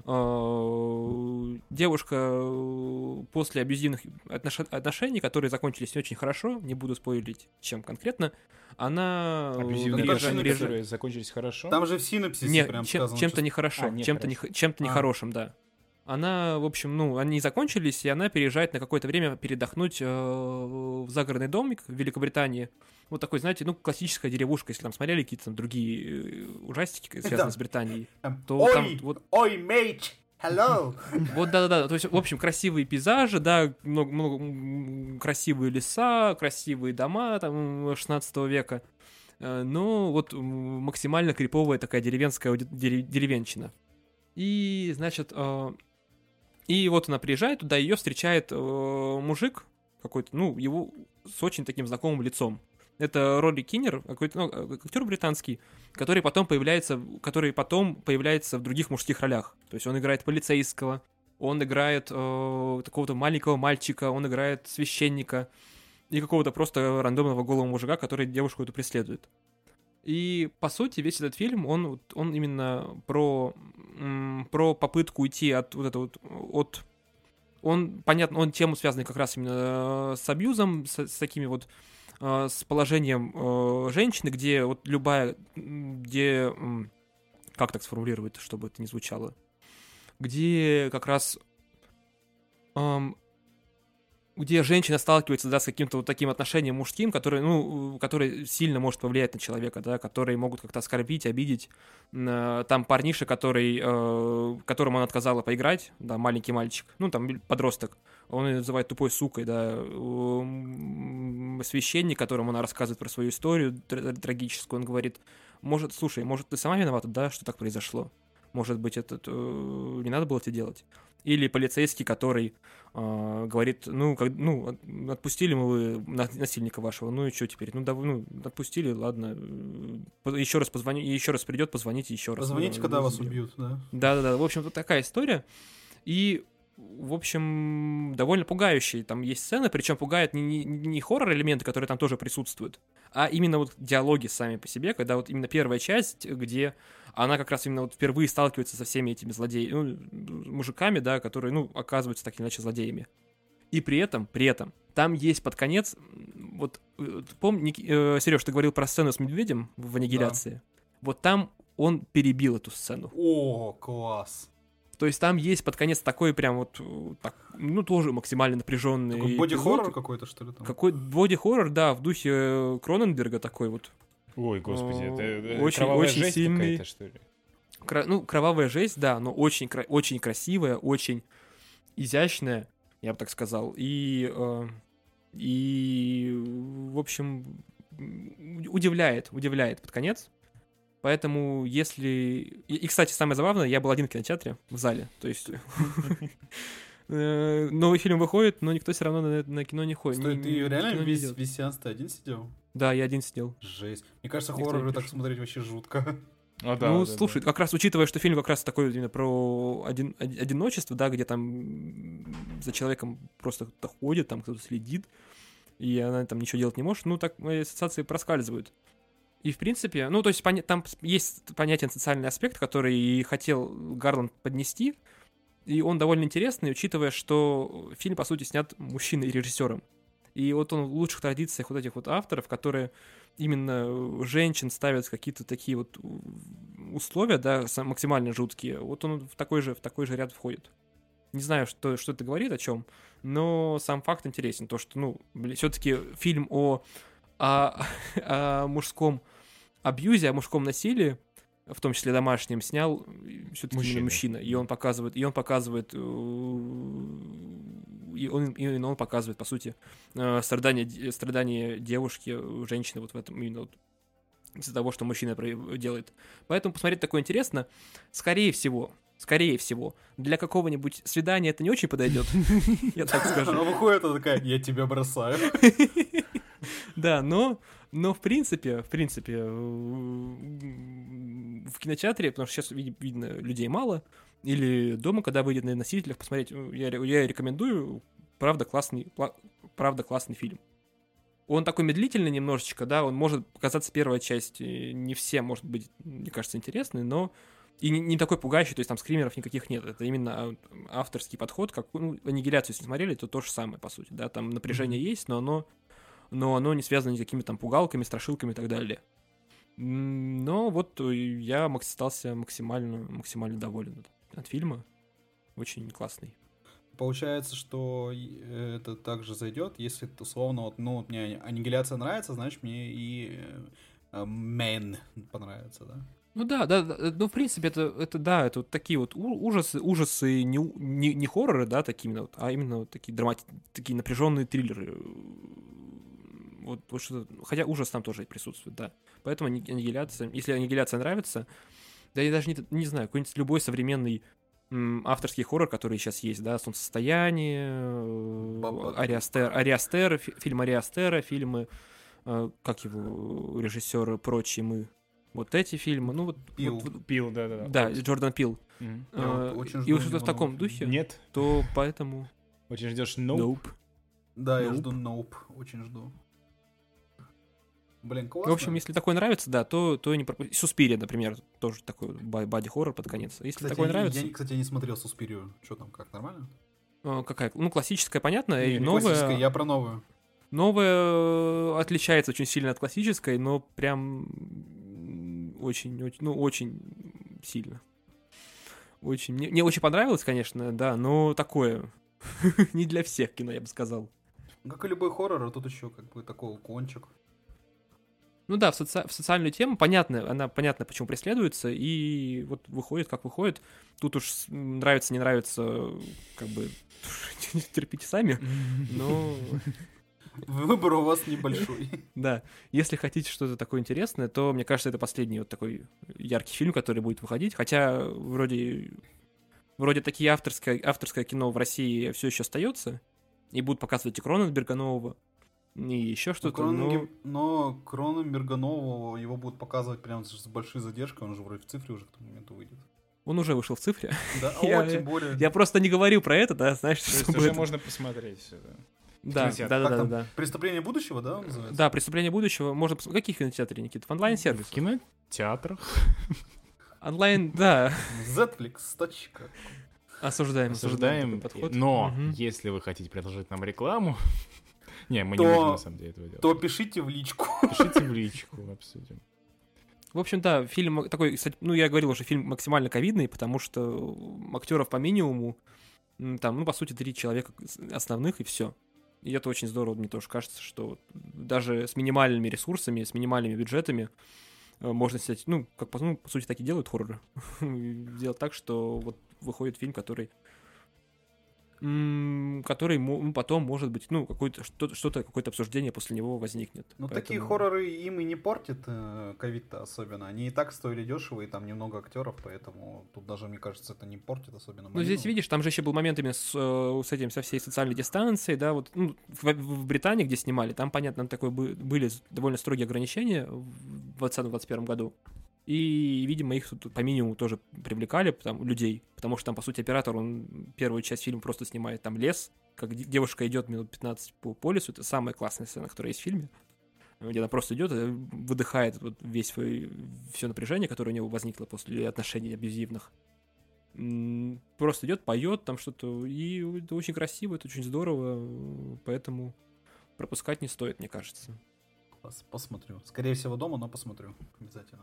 Speaker 1: девушка после абьюзивных отношений, которые закончились не очень хорошо, не буду спойлерить, чем конкретно, она...
Speaker 2: Абьюзивные отношения, которые закончились хорошо?
Speaker 3: Там же в синопсисе прям сказано.
Speaker 1: Чем-то нехорошо, чем-то нехорошим, да. Она, в общем, они закончились, и она переезжает на какое-то время передохнуть в загородный домик в Великобритании. Вот такой, знаете, классическая деревушка, если там смотрели какие-то там другие ужастики, связанные с Британией.
Speaker 3: Ой, мейт, hello!
Speaker 1: Вот, да. То есть, в общем, красивые пейзажи, да, много красивые леса, красивые дома там 16 века. Но вот максимально криповая такая деревенская деревенщина. И, значит, и вот она приезжает туда, ее встречает мужик какой-то, его с очень таким знакомым лицом. Это Рори Киннер, какой-то актер британский, который потом появляется в других мужских ролях. То есть он играет полицейского, он играет какого-то маленького мальчика, он играет священника и какого-то просто рандомного голого мужика, который девушку эту преследует. И, по сути, весь этот фильм, он именно про попытку уйти от вот этого вот... Он тему связанный как раз именно с абьюзом, с такими вот... с положением женщины, где вот любая... где... как так сформулировать, чтобы это не звучало? Где как раз... где женщина сталкивается, да, с каким-то вот таким отношением мужским, который сильно может повлиять на человека, да, которые могут как-то оскорбить, обидеть. Там парниша, которому она отказала поиграть, да, маленький мальчик, там подросток, он ее называет тупой сукой, да, священник, которому она рассказывает про свою историю трагическую, он говорит, может, ты сама виновата, да, что так произошло? Может быть, не надо было это делать? Или полицейский, который говорит, отпустили мы насильника вашего, и что теперь? Отпустили, ладно, еще раз позвони, еще раз придет, позвоните еще раз.
Speaker 3: Позвоните, когда вас убьют, да?
Speaker 1: Да, в общем, вот такая история, и, в общем, довольно пугающие там есть сцены, причем пугают не хоррор-элементы, которые там тоже присутствуют, а именно вот диалоги сами по себе, когда вот именно первая часть, где она как раз именно вот впервые сталкивается со всеми этими мужиками, да, которые, оказываются так или иначе злодеями. И при этом, там есть под конец, вот, помни, Сереж, ты говорил про сцену с медведем в «Аннигиляции», да. Вот там он перебил эту сцену.
Speaker 3: О, класс!
Speaker 1: То есть там есть под конец такой прям вот, тоже максимально напряженный...
Speaker 3: Такой боди-хоррор какой-то, что ли? Там?
Speaker 1: Какой боди-хоррор, да, в духе Кроненберга такой вот.
Speaker 2: Ой, господи, это
Speaker 1: Очень-
Speaker 2: кровавая
Speaker 1: очень
Speaker 2: жесть
Speaker 1: сильный.
Speaker 2: какая-то, что ли?
Speaker 1: Кровавая жесть, да, но очень, очень красивая, очень изящная, я бы так сказал. И, в общем, удивляет под конец. Поэтому, если... И, кстати, самое забавное, я был один в кинотеатре, в зале. То есть... Новый фильм выходит, но никто все равно на кино не ходит.
Speaker 3: Стой, ты реально
Speaker 1: кино не
Speaker 3: весь
Speaker 1: идет.
Speaker 3: сеанс ты один сидел?
Speaker 1: Да, я один сидел.
Speaker 3: Жесть. Мне кажется,
Speaker 1: Никто не
Speaker 3: хорроры так
Speaker 1: пришел.
Speaker 3: смотреть вообще жутко.
Speaker 1: Слушай, как раз учитывая, что фильм как раз такой именно про одиночество, да, где там за человеком просто кто-то ходит, там кто-то следит, и она там ничего делать не может, ну, так мои ассоциации проскальзывают. И, в принципе, ну, то есть там есть понятен социальный аспект, который и хотел Гарланд поднести, и он довольно интересный, учитывая, что фильм, по сути, снят мужчиной и режиссером. И вот он в лучших традициях вот этих вот авторов, которые именно женщин ставят какие-то такие вот условия, да, максимально жуткие, вот он в такой же ряд входит. Не знаю, что это говорит, о чем, но сам факт интересен. То, что, ну, все-таки фильм о мужском абьюзе, о мужском насилии, в том числе домашнем, снял все-таки именно мужчина. И он показывает, по сути, страдания девушки, женщины вот в этом, именно вот из-за того, что мужчина делает. Поэтому посмотреть такое интересно. Скорее всего, для какого-нибудь свидания это не очень подойдет, я так скажу.
Speaker 3: А выходит она такая, я тебя бросаю.
Speaker 1: Да, но в принципе, в кинотеатре, потому что сейчас, видно, людей мало, или дома, когда выйдет на носителях, посмотреть, я рекомендую, правда классный фильм. Он такой медлительный немножечко, да, он может показаться первая часть, не все, может быть, мне кажется, интересной, но и не такой пугающий, то есть там скримеров никаких нет, это именно авторский подход, как, «Аннигиляцию», если смотрели, то то же самое, по сути, да, там напряжение есть, но оно не связано никакими там пугалками, страшилками и так далее. Но вот я остался максимально доволен от фильма. Очень классный.
Speaker 3: Получается, что это также зайдет, если условно, вот, ну, мне «Аннигиляция» нравится, значит, мне и «Мэн» понравится, да?
Speaker 1: Ну да, ну в принципе это вот такие вот ужасы не хорроры, да, такие вот, а именно вот такие такие напряженные триллеры. Вот что, хотя ужас там тоже присутствует, да. Поэтому «Аннигиляция», если «Аннигиляция» нравится, да я даже не знаю, какой-нибудь любой современный авторский хоррор, который сейчас есть, да, «Солнцестояние», «Ариастер», фильм «Ариастера», фильмы, как его режиссер «Прочие мы». Вот эти фильмы, ну вот...
Speaker 2: Пил, да.
Speaker 1: Да, Джордан Пил. И вот что-то в таком духе.
Speaker 2: Нет.
Speaker 1: То поэтому...
Speaker 2: Очень ждешь Nope?
Speaker 3: Да, я жду Nope, очень жду. Блин, классно.
Speaker 1: В общем, если такое нравится, да, то не пропусти. «Суспирия», например, тоже такой боди-хоррор под конец. Если
Speaker 3: кстати,
Speaker 1: такое нравится...
Speaker 3: Кстати, я не смотрел «Суспирию». Что там, как, нормально?
Speaker 1: Какая? Ну, классическая, понятно, и
Speaker 3: Не,
Speaker 1: новая...
Speaker 3: классическая, я про новую.
Speaker 1: Новая отличается очень сильно от классической, но прям очень сильно. Мне очень понравилось, конечно, да, но такое не для всех кино, я бы сказал.
Speaker 3: Как и любой хоррор, а тут еще как бы такой уклончик.
Speaker 1: Ну да, в социальную тему понятно, почему преследуется, и вот выходит, как выходит. Тут уж нравится, не нравится, как бы терпите сами, но...
Speaker 3: Выбор у вас небольшой.
Speaker 1: Да, если хотите что-то такое интересное, то, мне кажется, это последний вот такой яркий фильм, который будет выходить, хотя вроде такие авторское кино в России все еще остается, и будут показывать и Кроненберга нового, и еще что-то,
Speaker 3: но Кроненберга нового его будут показывать прям с большой задержкой, он же вроде в цифре уже к тому моменту выйдет.
Speaker 1: Он уже вышел в цифре.
Speaker 3: Да, тем более.
Speaker 1: Я просто не говорю про это, да, знаешь,
Speaker 2: то есть уже можно посмотреть все, да.
Speaker 1: Да.
Speaker 3: «Преступление будущего», да, он называется?
Speaker 1: Да, «Преступление будущего». Можно посмотреть. Каких кинотеатрах, Никита? В онлайн-сервисах?
Speaker 2: В кинотеатрах.
Speaker 1: Онлайн, да.
Speaker 3: Netflix.
Speaker 2: Осуждаем
Speaker 1: подход.
Speaker 2: Но если вы хотите предложить нам рекламу, не, мы не будем на самом деле этого делать.
Speaker 3: То пишите в личку.
Speaker 2: Пишите в личку, обсудим.
Speaker 1: В общем, да, фильм такой, кстати, ну, я говорил уже, фильм максимально ковидный, потому что актеров по минимуму, там, ну, по сути, 3 человека основных, и все. И это очень здорово, мне тоже кажется, что вот даже с минимальными ресурсами, с минимальными бюджетами можно снять, ну, как по сути, так и делают хорроры. Сделать так, что вот выходит фильм, который потом, может быть, ну, какое-то обсуждение после него возникнет.
Speaker 3: Ну,
Speaker 1: Поэтому...
Speaker 3: такие хорроры им и не портят ковид-то особенно. Они и так стоили дешево, и там немного актеров, поэтому тут даже, мне кажется, это не портит особенно.
Speaker 1: Ну, здесь, видишь, там же еще был момент именно со всей социальной дистанцией, да, вот, ну, в Британии, где снимали, там, понятно, там такое были довольно строгие ограничения в 2020-2021 году. И, видимо, их тут по минимуму тоже привлекали, людей, потому что там, по сути, оператор, он первую часть фильма просто снимает там лес, как девушка идет минут 15 по лесу, это самая классная сцена, которая есть в фильме, где она просто идет и выдыхает вот все напряжение, которое у него возникло после отношений абьюзивных. Просто идет, поет там что-то, и это очень красиво, это очень здорово, поэтому пропускать не стоит, мне кажется.
Speaker 3: Посмотрю. Скорее всего, дома, но посмотрю обязательно.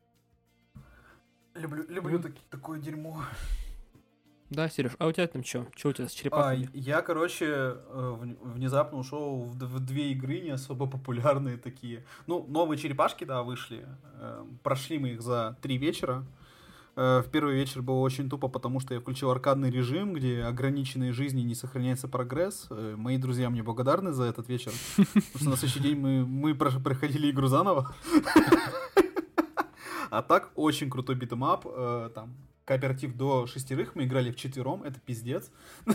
Speaker 3: Люблю такое дерьмо.
Speaker 1: Да, Сереж, а у тебя там что? Что у тебя с черепахами?
Speaker 3: Я, короче, внезапно ушел в две игры не особо популярные такие. Ну, новые черепашки, да, вышли. Прошли мы их за 3 вечера. В первый вечер было очень тупо, потому что я включил аркадный режим, где ограниченные жизни не сохраняется прогресс. Мои друзья мне благодарны за этот вечер. Потому что на следующий день мы проходили игру заново. А так, очень крутой битэмап. Там кооператив до 6, мы играли вчетвером, это пиздец.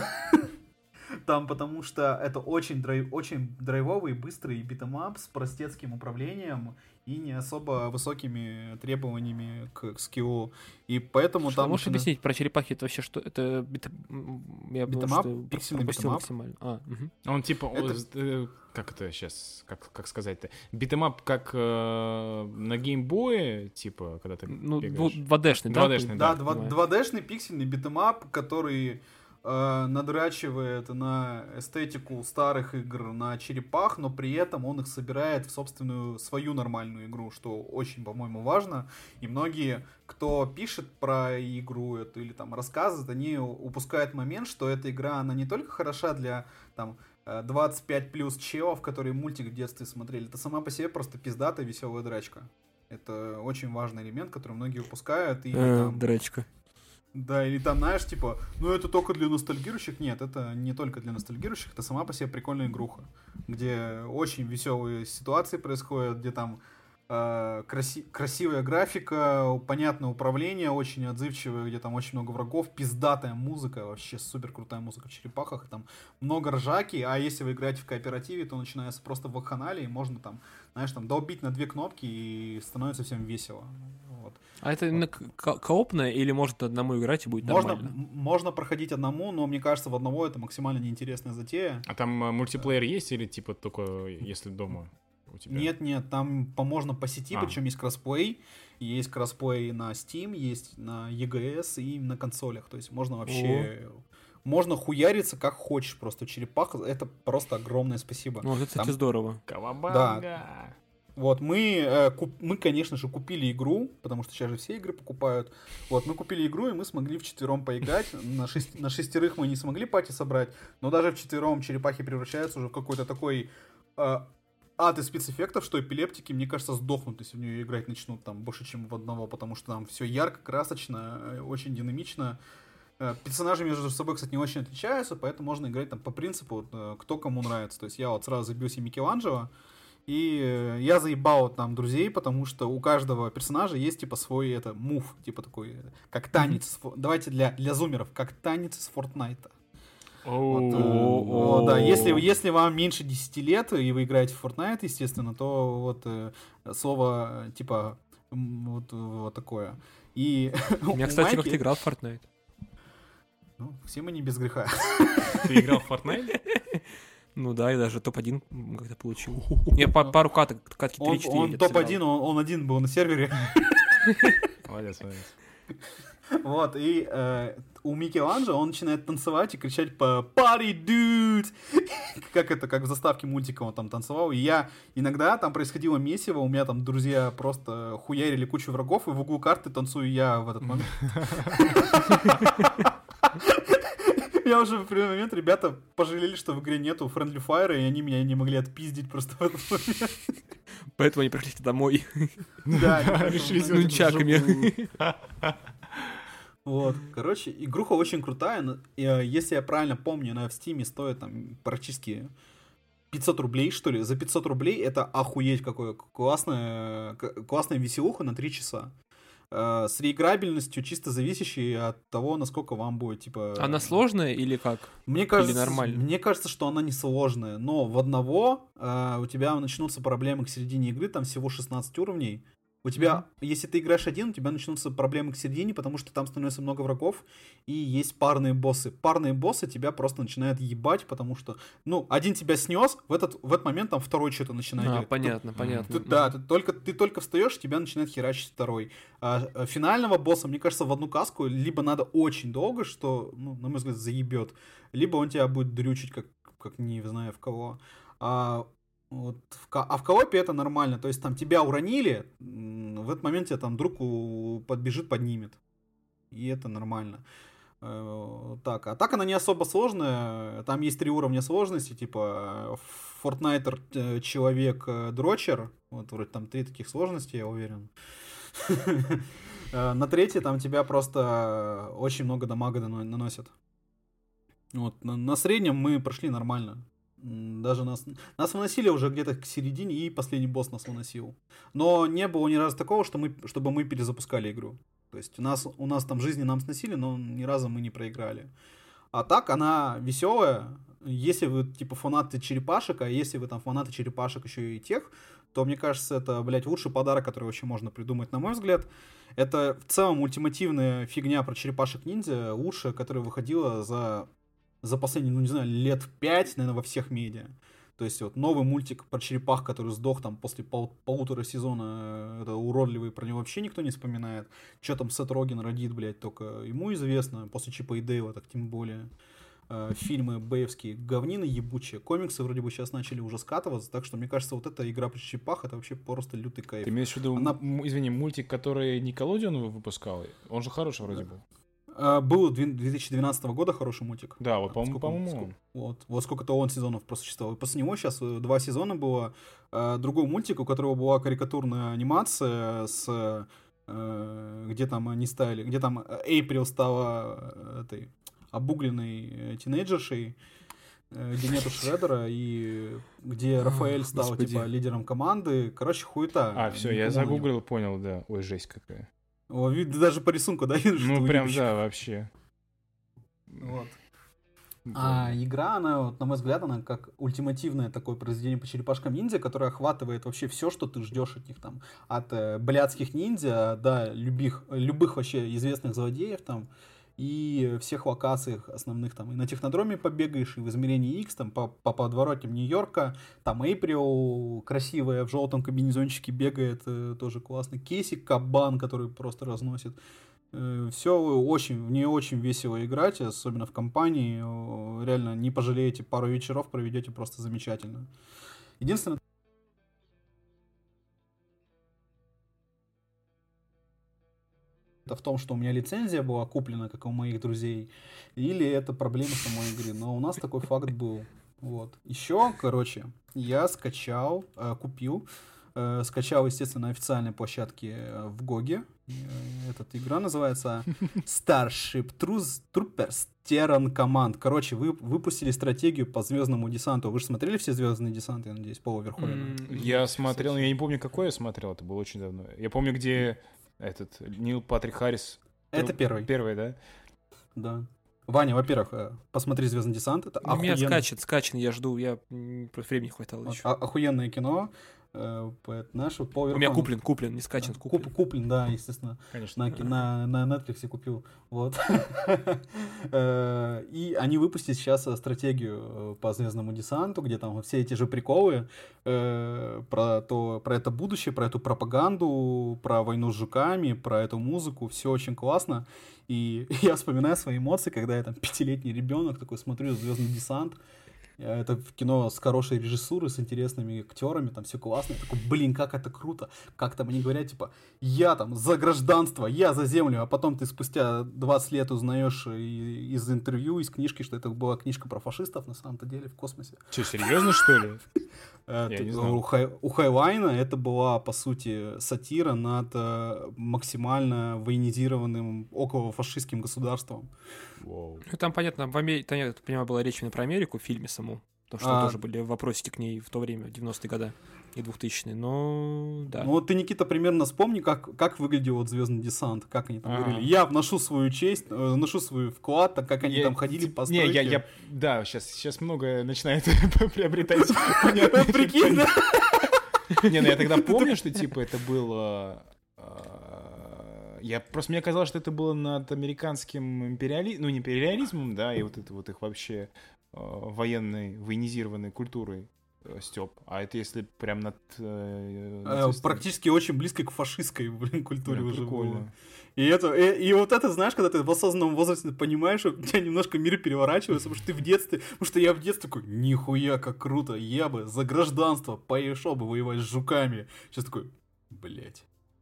Speaker 3: Там, потому что это очень драйвовый, быстрый битэмап с простецким управлением и не особо высокими требованиями к скиллу. И поэтому
Speaker 1: что,
Speaker 3: там...
Speaker 1: Можешь объяснить про черепахи, это вообще что? Это
Speaker 3: битэмап, пиксельный битэмап.
Speaker 2: Он типа...
Speaker 3: Это...
Speaker 2: Как это сейчас? Как сказать-то? Битэмап как на геймбое, типа, когда ты бегаешь?
Speaker 1: 2D-шный, да?
Speaker 2: 2D-шный,
Speaker 3: да. 2D-шный пиксельный битэмап, который... надрачивает на эстетику старых игр, на черепах, но при этом он их собирает в собственную свою нормальную игру, что очень, по-моему, важно. И многие, кто пишет про игру эту или там рассказывает, они упускают момент, что эта игра, она не только хороша для там 25 плюс челов, которые мультик в детстве смотрели, это сама по себе просто пиздатая веселая драчка. Это очень важный элемент, который многие упускают. И, там...
Speaker 1: Драчка.
Speaker 3: Да, или там, знаешь, типа, ну это только для ностальгирующих. Нет, это не только для ностальгирующих, это сама по себе прикольная игруха, где очень веселые ситуации происходят, где там красивая графика, понятное управление, очень отзывчивое, где там очень много врагов, пиздатая музыка, вообще супер крутая музыка в черепахах, там много ржаки, а если вы играете в кооперативе, то начинается просто вакханалия, и можно там, знаешь, там долбить на 2 кнопки, и становится всем весело. Вот.
Speaker 1: А это именно коопное или может одному играть и будет нормально?
Speaker 3: Можно проходить одному, но мне кажется, в одного это максимально неинтересная затея.
Speaker 2: А там мультиплеер есть или типа только если дома?
Speaker 3: Нет, там можно по сети, причем есть кроссплей. Есть кроссплей на Steam, есть на EGS и на консолях. То есть можно вообще... Можно хуяриться как хочешь просто. Черепаха, это просто огромное спасибо.
Speaker 1: Ну, это, кстати, здорово.
Speaker 2: Кавабанга!
Speaker 3: Да. Вот, мы, конечно же, купили игру, потому что сейчас же все игры покупают. Вот, мы купили игру, и мы смогли вчетвером поиграть. На 6 мы не смогли пати собрать, но даже вчетвером черепахи превращаются уже в какой-то такой ад из спецэффектов, что эпилептики, мне кажется, сдохнут, если в нее играть начнут там больше, чем в одного, потому что там все ярко, красочно, очень динамично. Персонажи между собой, кстати, не очень отличаются, поэтому можно играть там по принципу, кто кому нравится. То есть я вот сразу забил себе Микеланджело, и я заебал там друзей, потому что у каждого персонажа есть типа свой мув, типа такой, как танец. Давайте для зумеров, как танец из Фортнайта. Вот, да, если вам меньше 10 лет, и вы играете в Fortnite, естественно, то вот слово типа вот такое. И
Speaker 1: у меня, кстати, как-то играл в Fortnite.
Speaker 3: Ну, все мы не без греха.
Speaker 2: Ты играл в Fortnite?
Speaker 1: Ну да, и даже топ-1 как-то получил. Я пару катки 3-4.
Speaker 3: Он топ-1, он один был на сервере.
Speaker 2: Молодец.
Speaker 3: Вот, и у Микеланджело он начинает танцевать и кричать по «Party, dude!» как в заставке мультика он там танцевал. И я иногда, там происходило месиво, у меня там друзья просто хуярили кучу врагов, и в углу карты танцую я в этот момент. Я уже в определенный момент, ребята пожалели, что в игре нету Friendly Fire, и они меня не могли отпиздить просто в этот момент.
Speaker 1: Поэтому они пришли домой.
Speaker 3: Да,
Speaker 2: решили
Speaker 1: С
Speaker 2: сделать
Speaker 1: нунчаками.
Speaker 3: Вот, короче, игруха очень крутая, но, если я правильно помню, она в Стиме стоит там практически 500 рублей, что ли. За 500 рублей это охуеть какое классная веселуха на 3 часа. С реиграбельностью, чисто зависящей от того, насколько вам будет, типа...
Speaker 1: Она сложная или как?
Speaker 3: Мне кажется,
Speaker 1: нормально?
Speaker 3: Мне кажется, что она не сложная, но в одного у тебя начнутся проблемы к середине игры, там всего 16 уровней. У тебя, если ты играешь один, у тебя начнутся проблемы к середине, потому что там становится много врагов, и есть парные боссы. Парные боссы тебя просто начинают ебать, потому что, один тебя снес, в этот момент там второй что-то начинает делать.
Speaker 1: Понятно.
Speaker 3: Ты только встаешь, тебя начинает херачить второй. Финального босса, мне кажется, в одну каску либо надо очень долго, что, на мой взгляд, заебет, либо он тебя будет дрючить, как не знаю в кого. Вот в коопе это нормально, то есть там тебя уронили, в этот момент тебя там друг подбежит, поднимет, и это нормально. Так, а так она не особо сложная, там есть 3 уровня сложности, типа Fortnite, человек, дрочер, вот вроде там 3 таких сложности, я уверен. На 3 там тебя просто очень много дамага наносят. Вот, на среднем мы прошли нормально. Даже нас выносили уже где-то к середине, и последний босс нас выносил. Но не было ни разу такого, чтобы мы перезапускали игру. То есть у нас там жизни нам сносили, но ни разу мы не проиграли. А так она веселая. Если вы типа фанаты черепашек, а если вы там фанаты черепашек еще и тех, то мне кажется, это, блядь, лучший подарок, который вообще можно придумать, на мой взгляд. Это в целом ультимативная фигня про черепашек-ниндзя, лучшая, которая выходила за последние, не знаю, лет 5, наверное, во всех медиа. То есть вот новый мультик про черепах, который сдох там после полутора сезона, это уродливый, про него вообще никто не вспоминает. Что там Сет Роген родит, блядь, только ему известно, после Чипа и Дейла, так тем более. Фильмы бэевские говнины ебучие, комиксы вроде бы сейчас начали уже скатываться, так что мне кажется, вот эта игра про черепах, это вообще просто лютый кайф.
Speaker 2: Ты имеешь в виду, извини, мультик, который Nickelodeon выпускал? Он же хороший вроде был.
Speaker 3: Был 2012 года хороший мультик.
Speaker 2: Да, вот, по-моему.
Speaker 3: Вот сколько-то он сезонов просуществовал. И после него сейчас 2 сезона было. Другой мультик, у которого была карикатурная анимация, где там они ставили, где там Эйприл стала этой обугленной тинейджершей, где нету Шреддера, и где Рафаэль стал типа лидером команды. Короче, хуета.
Speaker 2: Все, я загуглил, понял, да. Ой, жесть какая.
Speaker 3: О, даже по рисунку, да?
Speaker 2: Прям, да, вообще.
Speaker 3: Вот. А игра, она, вот, на мой взгляд, она как ультимативное такое произведение по черепашкам ниндзя, которое охватывает вообще все, что ты ждешь от них там. От блядских ниндзя до любых вообще известных злодеев там. И всех локациях основных там. И на Технодроме побегаешь, и в измерении X, там по подворотням Нью-Йорка. Там Эйприл красивая в желтом комбинезончике бегает, тоже классно. Кейси Кабан, который просто разносит. Все в нее очень весело играть, особенно в компании. Реально не пожалеете, пару вечеров проведете просто замечательно. Единственное, это в том, что у меня лицензия была куплена, как у моих друзей, или это проблема самой игры. Но у нас такой факт был. Вот. Еще, короче, я скачал, естественно, на официальной площадке в Гоге. Эта игра называется Starship Troopers Terran Command. Короче, вы выпустили стратегию по звездному десанту. Вы же смотрели все звездные десанты, я надеюсь, Пола Верховена?
Speaker 2: Я смотрел, но я не помню, какой я смотрел, это было очень давно. Я помню, где Нил Патрик Харрис.
Speaker 3: Это первый.
Speaker 2: Первый, да?
Speaker 3: Да. Ваня, во-первых, посмотри «Звездный десант». Это
Speaker 1: у меня скачет, я жду, просто времени хватало еще.
Speaker 3: Охуенное кино. У
Speaker 1: меня куплен, не скачан,
Speaker 3: куплен, да, естественно.
Speaker 2: Конечно.
Speaker 3: На Netflix купил. Вот. И они выпустили сейчас стратегию по звездному десанту, где там все эти же приколы про это будущее, про эту пропаганду, про войну с жуками, про эту музыку. Все очень классно. И я вспоминаю свои эмоции, когда я там 5-летний ребенок такой смотрю «Звездный десант». Это кино с хорошей режиссурой, с интересными актерами, там все классно. Я такой, блин, как это круто. Как там они говорят, типа, я там за гражданство, я за землю, а потом ты спустя 20 лет узнаешь из интервью, из книжки, что это была книжка про фашистов на самом-то деле в космосе.
Speaker 2: Че, серьезно, что ли? Я не знал.
Speaker 3: У Хайлайна это была, по сути, сатира над максимально военизированным околофашистским государством.
Speaker 2: Воу.
Speaker 1: Ну, там, понятно, я так понимаю, была речь именно про Америку в фильме саму. Потому что тоже были вопросики к ней в то время, в 90-е годы и 2000-е, но да.
Speaker 3: Ну вот ты, Никита, примерно вспомни, как выглядел вот «Звездный десант», как они там говорили. Я вношу свою честь, вношу свой вклад, так как они там ходили по стройке.
Speaker 2: Да, сейчас многое начинает приобретать
Speaker 3: Прикинь, да?
Speaker 2: Не, ну я тогда помню, что типа это было... Мне казалось, что это было над американским империализмом, ну не империализмом, да, и вот это вот их вообще военной, военизированной культурой стёб. А это если прям над...
Speaker 3: Практически очень близко к фашистской, культуре уже
Speaker 2: прикольно.
Speaker 3: Было. И вот это, знаешь, когда ты в осознанном возрасте понимаешь, что у тебя немножко мир переворачивается, потому что ты в детстве... Потому что я в детстве такой, нихуя, как круто, я бы за гражданство пошел бы воевать с жуками. Сейчас такой, блять.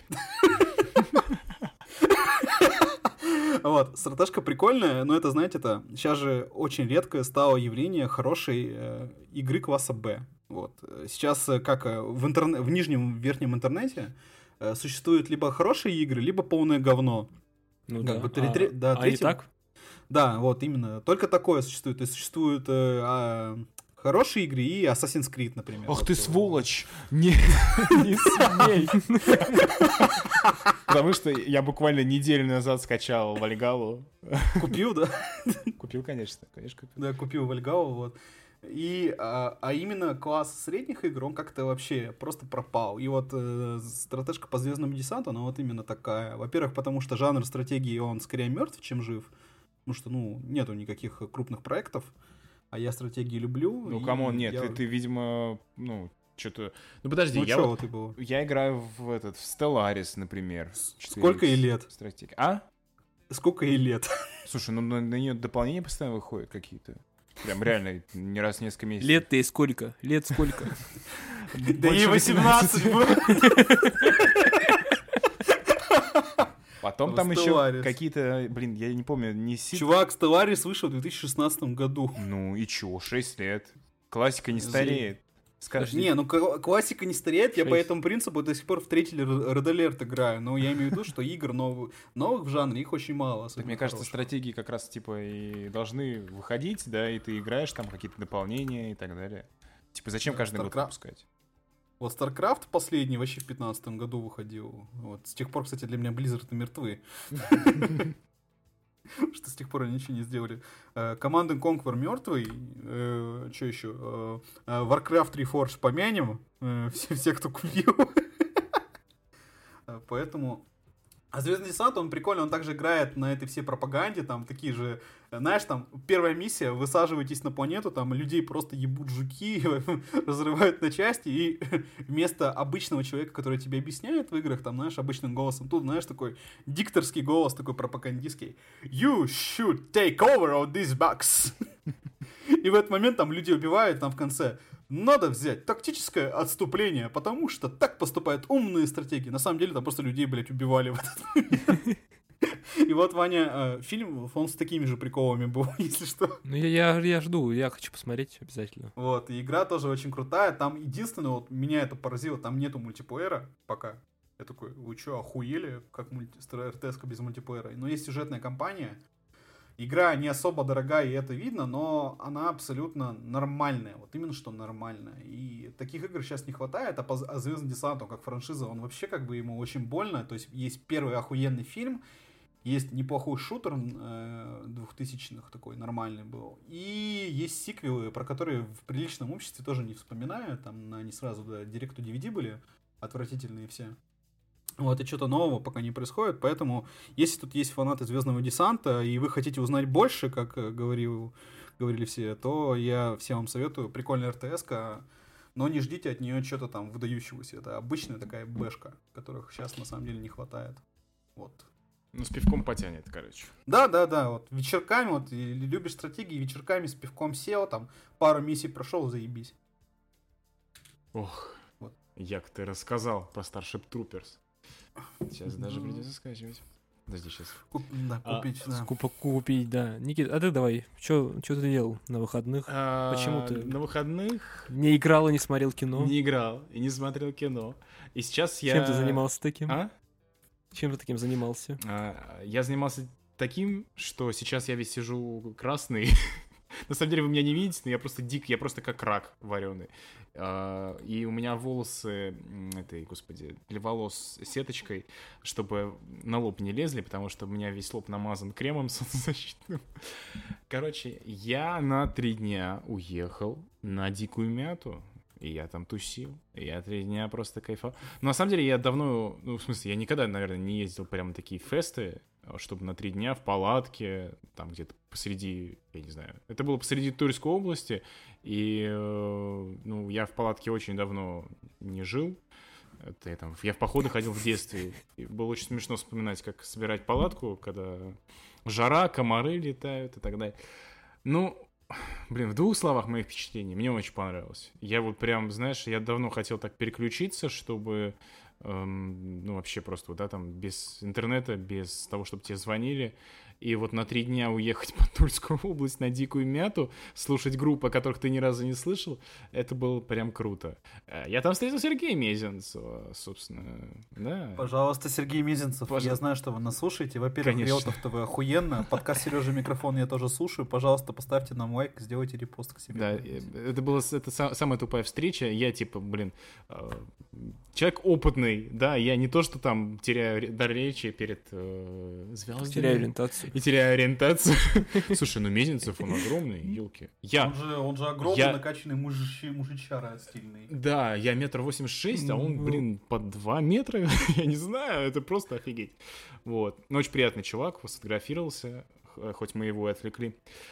Speaker 3: Вот, стратежка прикольная, но это, знаете, сейчас же очень редкое стало явление хорошей игры класса Б. Вот. Сейчас, как в нижнем, верхнем интернете, существуют либо хорошие игры, либо полное говно.
Speaker 1: Ну
Speaker 3: как
Speaker 1: да.
Speaker 3: Бы,
Speaker 1: и так?
Speaker 3: Да, вот именно. Только такое существует. То есть существуют хорошие игры и Assassin's Creed, например.
Speaker 2: Ах ты сволочь! Не смей! Потому что я буквально неделю назад скачал Вальгалу.
Speaker 3: Купил, да?
Speaker 2: Купил, конечно купил.
Speaker 3: Да, купил Вальгалу, вот. А именно класс средних игр, он как-то вообще просто пропал. И вот стратежка по «Звездному десанту», она вот именно такая. Во-первых, потому что жанр стратегии, он скорее мертв, чем жив. Потому что, нету никаких крупных проектов. А я стратегии люблю.
Speaker 2: Ну, камон, нет, ты, видимо, что-то... Ну, подожди, я играю в Stellaris, например.
Speaker 3: Сколько ей лет?
Speaker 2: Стратегия. А?
Speaker 3: Сколько ей лет?
Speaker 2: Слушай, на нее дополнения постоянно выходят какие-то. Прям реально, не раз в несколько месяцев.
Speaker 1: Лет-то и сколько? Лет сколько?
Speaker 3: Да ей 18 было.
Speaker 2: Потом там еще какие-то, я не помню,
Speaker 3: Чувак, Stellaris вышел в 2016 году.
Speaker 2: Ну и чё, 6 лет. Классика не стареет.
Speaker 3: Скажи. Не, классика не стареет, 6. Я по этому принципу до сих пор в третий Red Alert играю, но я имею в виду, что игр новых в жанре, их очень мало.
Speaker 2: Мне кажется, стратегии как раз типа и должны выходить, да, и ты играешь там какие-то дополнения и так далее. Типа зачем каждый год выпускать?
Speaker 3: Вот StarCraft последний вообще в 2015 году выходил. Вот. С тех пор, кстати, для меня Blizzard мертвы. Что с тех пор они ничего не сделали. Command & Conquer мертвый. Что еще? Warcraft Reforged помянем. Все, кто купил. Поэтому... А «Звездный десант», он прикольный, он также играет на этой всей пропаганде, там такие же, знаешь, там первая миссия, высаживаетесь на планету, там людей просто ебут жуки, разрывают на части, и вместо обычного человека, который тебе объясняет в играх, там, знаешь, обычным голосом, тут, знаешь, такой дикторский голос, такой пропагандистский. You should take over all these bugs. И в этот момент там люди убивают, там в конце... Надо взять тактическое отступление, потому что так поступают умные стратегии. На самом деле там просто людей, блядь, убивали в этот момент. И вот, Ваня, фильм, он с такими же приколами был, если что.
Speaker 1: Ну, я жду, я хочу посмотреть обязательно.
Speaker 3: Вот, и игра тоже очень крутая. Там единственное, вот меня это поразило, там нету мультиплеера пока. Я такой, вы что, охуели, как РТС-ка без мультиплеера? Но есть сюжетная кампания. Игра не особо дорогая, и это видно, но она абсолютно нормальная. Вот именно что нормальная. И таких игр сейчас не хватает, а «Звездный десант», он как франшиза, он вообще как бы ему очень больно. То есть есть первый охуенный фильм, есть неплохой шутер 2000-х, такой нормальный был. И есть сиквелы, про которые в приличном обществе тоже не вспоминаю. Там они сразу до Direct to DVD были, отвратительные все. Вот, и что-то нового пока не происходит, поэтому, если тут есть фанаты «Звездного десанта», и вы хотите узнать больше, как говорили все, то я всем вам советую. Прикольная РТС-ка, но не ждите от нее что-то там выдающегося. Это обычная такая бэшка, которых сейчас на самом деле не хватает. Вот.
Speaker 2: Ну, с пивком потянет, короче.
Speaker 3: Да, вот вечерками, вот, любишь стратегии, вечерками с пивком сел, там, пару миссий прошел, заебись.
Speaker 2: Ох,
Speaker 3: Вот.
Speaker 2: як ты рассказал про Starship Troopers. Сейчас даже придется скачивать. Подожди, сейчас.
Speaker 3: Купить, да.
Speaker 1: Купить, да. Никит, а ты давай, что ты делал на выходных? Почему ты
Speaker 2: На выходных
Speaker 1: не играл и не смотрел кино?
Speaker 2: не играл и не смотрел кино. И сейчас я...
Speaker 1: Чем ты занимался таким?
Speaker 2: А?
Speaker 1: Чем ты таким занимался?
Speaker 2: Я занимался таким, что сейчас я весь сижу красный. На самом деле вы меня не видите, но я просто дик, я просто как рак вареный. И у меня волосы, для волос сеточкой, чтобы на лоб не лезли, потому что у меня весь лоб намазан кремом солнцезащитным. Короче, я на 3 дня уехал на Дикую Мяту. И я там тусил, и я 3 дня просто кайфовал. Но на самом деле я давно, в смысле, я никогда, наверное, не ездил прямо на такие фесты, чтобы на 3 дня в палатке, там где-то посреди, я не знаю, это было посреди Тульской области, и, я в палатке очень давно не жил. Я в походы ходил в детстве, и было очень смешно вспоминать, как собирать палатку, когда жара, комары летают и так далее. В 2 словах моих впечатлений, мне очень понравилось. Я вот прям, знаешь, я давно хотел так переключиться, чтобы, вообще просто, там, без интернета, без того, чтобы тебе звонили. И вот на 3 дня уехать по Тульскую область на Дикую Мяту, слушать группы, о которых ты ни разу не слышал, это было прям круто. Я там встретил Сергея Мезенцева, собственно, да.
Speaker 3: Пожалуйста, Сергей Мезенцев, я знаю, что вы нас слушаете. Во-первых, Реутов ТВ охуенно, подкаст Сережа Микрофон я тоже слушаю. Пожалуйста, поставьте нам лайк, сделайте репост к себе.
Speaker 2: Да, это была самая тупая встреча. Я, человек опытный, да, я не то, что там теряю дар речи перед звездами.
Speaker 1: Теряю ориентацию.
Speaker 2: И теряю ориентацию. Слушай, Мезенцев, он огромный, елки.
Speaker 3: Он же огромный, накачанный мужичара стильный.
Speaker 2: Да, я 1,86 м, а он, под 2 метра, я не знаю, это просто офигеть. Вот, но очень приятный чувак, сфотографировался, хоть мы его и отвлекли.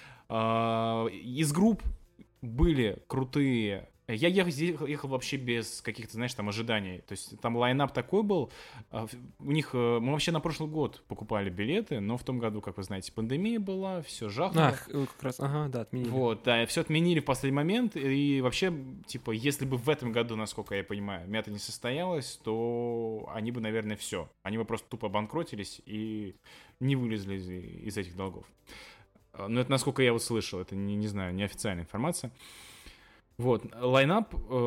Speaker 2: Из групп были крутые. Я ехал вообще без каких-то, знаешь, там ожиданий. То есть там лайнап такой был. У них... Мы вообще на прошлый год покупали билеты, но в том году, как вы знаете, пандемия была, все жахнуло.
Speaker 1: Как раз, да, отменили.
Speaker 2: Вот, да, все отменили в последний момент. И вообще, если бы в этом году, насколько я понимаю, мята не состоялась, то они бы, наверное, все. Они бы просто тупо обанкротились и не вылезли из этих долгов. Но это, насколько я слышал, это, не знаю, неофициальная информация. Вот, лайнап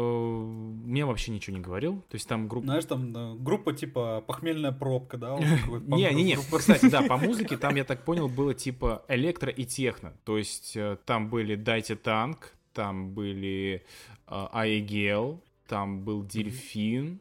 Speaker 2: мне вообще ничего не говорил, то есть там группа...
Speaker 3: Знаешь, там группа типа «Похмельная пробка», да?
Speaker 2: Не, кстати, да, по музыке там, я так понял, было типа электро и техно, то есть там были «Дайте танк», там были «Аегел», там был «Дельфин»,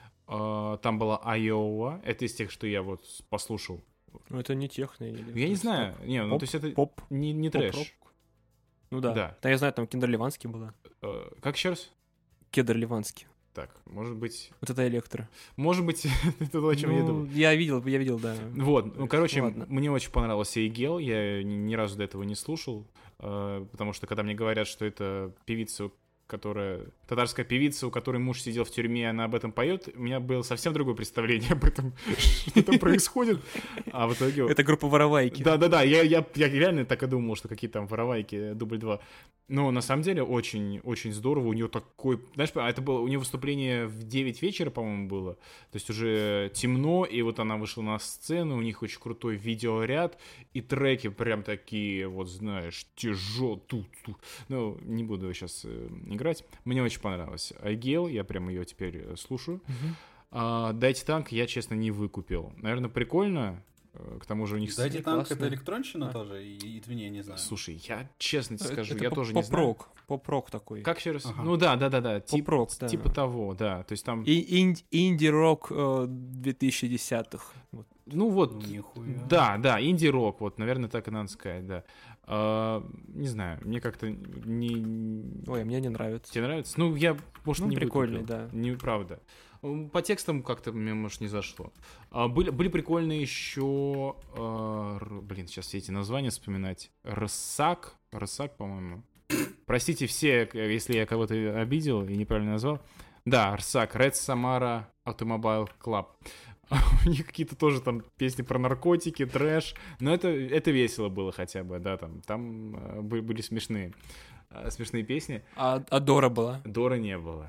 Speaker 2: там была «Айова», это из тех, что я послушал.
Speaker 1: Ну, это не техно.
Speaker 2: Я не знаю, то есть это не трэш.
Speaker 1: Ну да. Да, я знаю, там Кедр Ливанский была.
Speaker 2: Как еще раз?
Speaker 1: Кедр Ливанский.
Speaker 2: Так, может быть...
Speaker 1: Вот это электро.
Speaker 2: Может быть, это то, о чем я думал.
Speaker 1: Я видел, да.
Speaker 2: Вот, мне очень понравился Игел, я ни разу до этого не слушал, потому что когда мне говорят, что это певица, татарская певица, у которой муж сидел в тюрьме, она об этом поет, у меня было совсем другое представление об этом, что там происходит. А в итоге...
Speaker 1: Это группа «Воровайки».
Speaker 2: Да, я реально так и думал, что какие там «Воровайки», дубль 2. Но на самом деле очень, очень здорово. У нее такой... Знаешь, это было... У нее выступление в 9 вечера, по-моему, было. То есть уже темно, и вот она вышла на сцену, у них очень крутой видеоряд, и треки прям такие, знаешь, тяжелые. Ну, не буду сейчас играть. Мне очень понравилось. Айгел, я прям ее теперь слушаю. «Дайте танк» я, честно, не выкупил. Наверное, прикольно. К тому же у них...
Speaker 3: «Дайте танк» — это электронщина тоже? Извини, я не знаю.
Speaker 2: Слушай, я честно тебе скажу,
Speaker 1: это
Speaker 2: я тоже не знаю.
Speaker 1: Поп-рок такой.
Speaker 2: Как еще раз?
Speaker 3: Ага.
Speaker 2: Ну да.
Speaker 1: Поп-рок, да.
Speaker 2: Типа того, да. То есть там...
Speaker 1: Инди-рок 2010-х.
Speaker 2: Ну вот,
Speaker 3: нихуя.
Speaker 2: Да, инди-рок, наверное, так и надо сказать, да. Не знаю, мне как-то не...
Speaker 1: Ой, мне не нравится.
Speaker 2: Тебе нравится? Ну, я, может, не
Speaker 1: прикольный,
Speaker 2: выкупил.
Speaker 1: да.
Speaker 2: Неправда. По текстам как-то мне, может, не зашло. Были прикольные еще... сейчас все эти названия вспоминать. Рсак, по-моему. Простите все, если я кого-то обидел и неправильно назвал. Да, Рсак, Red Samara Automobile Club. У них какие-то тоже там песни про наркотики, трэш. Но это весело было хотя бы, да, там были смешные песни.
Speaker 1: А Дора была?
Speaker 2: Дора не было.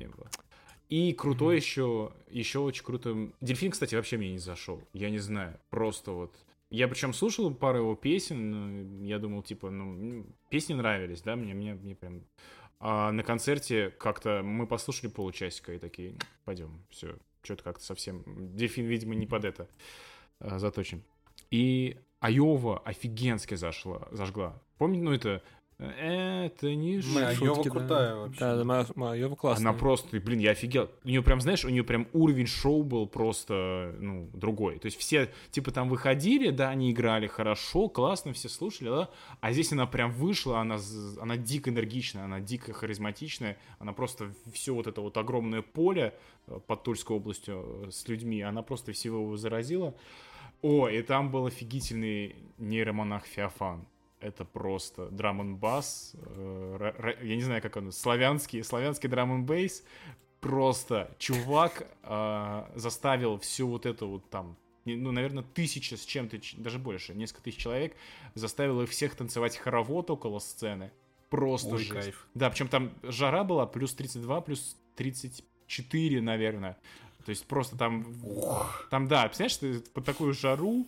Speaker 2: И крутой еще очень круто. Дельфин, кстати, вообще мне не зашел. Я не знаю, просто вот. Я причем слушал пару его песен, я думал, типа, песни нравились, да, мне прям... А на концерте как-то мы послушали полчасика и такие, пойдем, все, что-то как-то совсем... Дельфин, видимо, не под это заточен. И Айова офигенски зажгла. Помните, это не
Speaker 3: Айова крутая вообще.
Speaker 1: Да, Айова классная.
Speaker 2: Она просто, блин, я офигел. У нее прям, знаешь, уровень шоу был просто, другой. То есть все, типа, там выходили, да, они играли хорошо, классно, все слушали, да, а здесь она прям вышла, она дико энергичная, она дико харизматичная, она просто все вот это вот огромное поле под Тульской областью с людьми, она просто всего его заразила. И там был офигительный нейромонах Феофан. Это просто драм-н-бас, я не знаю, как он, славянский драм-н-бейс. Просто чувак заставил всю вот эту вот там, наверное, 1000 с чем-то, даже больше, несколько тысяч человек, заставил их всех танцевать хоровод около сцены. Просто жесть. Кайф. Да, причем там жара была плюс 32, плюс 34, наверное. То есть просто там, да, представляешь, под такую жару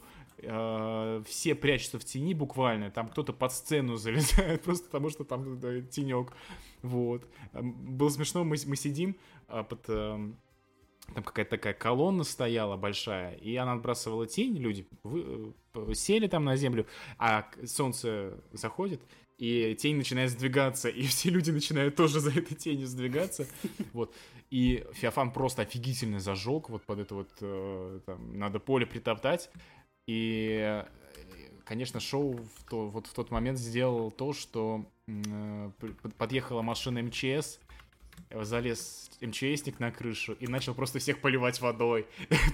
Speaker 2: все прячутся в тени буквально, там кто-то под сцену залезает просто потому, что там тенек. Вот. Было смешно, мы сидим там какая-то такая колонна стояла большая, и она отбрасывала тень, люди сели там на землю, а солнце заходит, и тень начинает сдвигаться, и все люди начинают тоже за этой тенью сдвигаться. Вот. И Феофан просто офигительно зажег вот под это вот, там, надо поле притоптать. И, конечно, шоу в тот момент сделал то, что подъехала машина МЧС, залез МЧСник на крышу и начал просто всех поливать водой.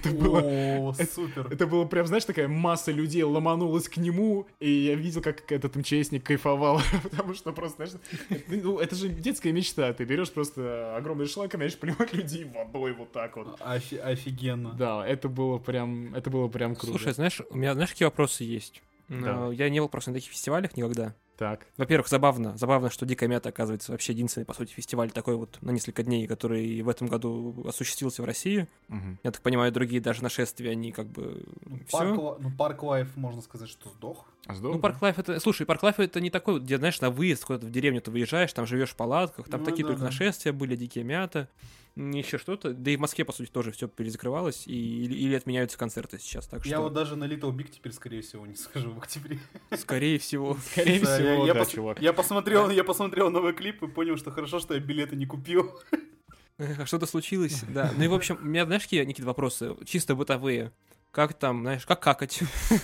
Speaker 3: Супер.
Speaker 2: Это было прям, знаешь, такая масса людей ломанулась к нему, и я видел, как этот МЧСник кайфовал, потому что просто, знаешь, это же детская мечта. Ты берешь просто огромный шланг и начинаешь поливать людей водой вот так вот.
Speaker 3: Офигенно.
Speaker 2: Да, это было прям круто.
Speaker 1: Слушай, знаешь, у меня, какие вопросы есть?
Speaker 2: Да.
Speaker 1: Я не был просто на таких фестивалях никогда.
Speaker 2: Так.
Speaker 1: Во-первых, забавно, что Дикая Мята, оказывается, вообще единственный, по сути, фестиваль такой вот на несколько дней, который в этом году осуществился в России.
Speaker 2: Угу.
Speaker 1: Я так понимаю, другие даже нашествия, они как бы все.
Speaker 3: Парк Лайф, можно сказать, что сдох.
Speaker 1: Парк Лайф это... Слушай, Парк Лайф это не такой, где, знаешь, на выезд куда-то в деревню ты выезжаешь, там живешь в палатках, там такие только нашествия были, Дикие Мята, еще что-то. Да и в Москве, по сути, тоже все перезакрывалось, или отменяются концерты сейчас. Так что...
Speaker 3: Я вот даже на Little Big теперь, скорее всего, не схожу в октябре.
Speaker 1: Скорее всего.
Speaker 2: Чувак.
Speaker 3: Я посмотрел новый клип и понял, что хорошо, что я билеты не купил.
Speaker 1: Что-то случилось, да. Ну и, в общем, у меня, знаешь, какие, Никита, вопросы? Чисто бытовые. Как там, знаешь, как какать?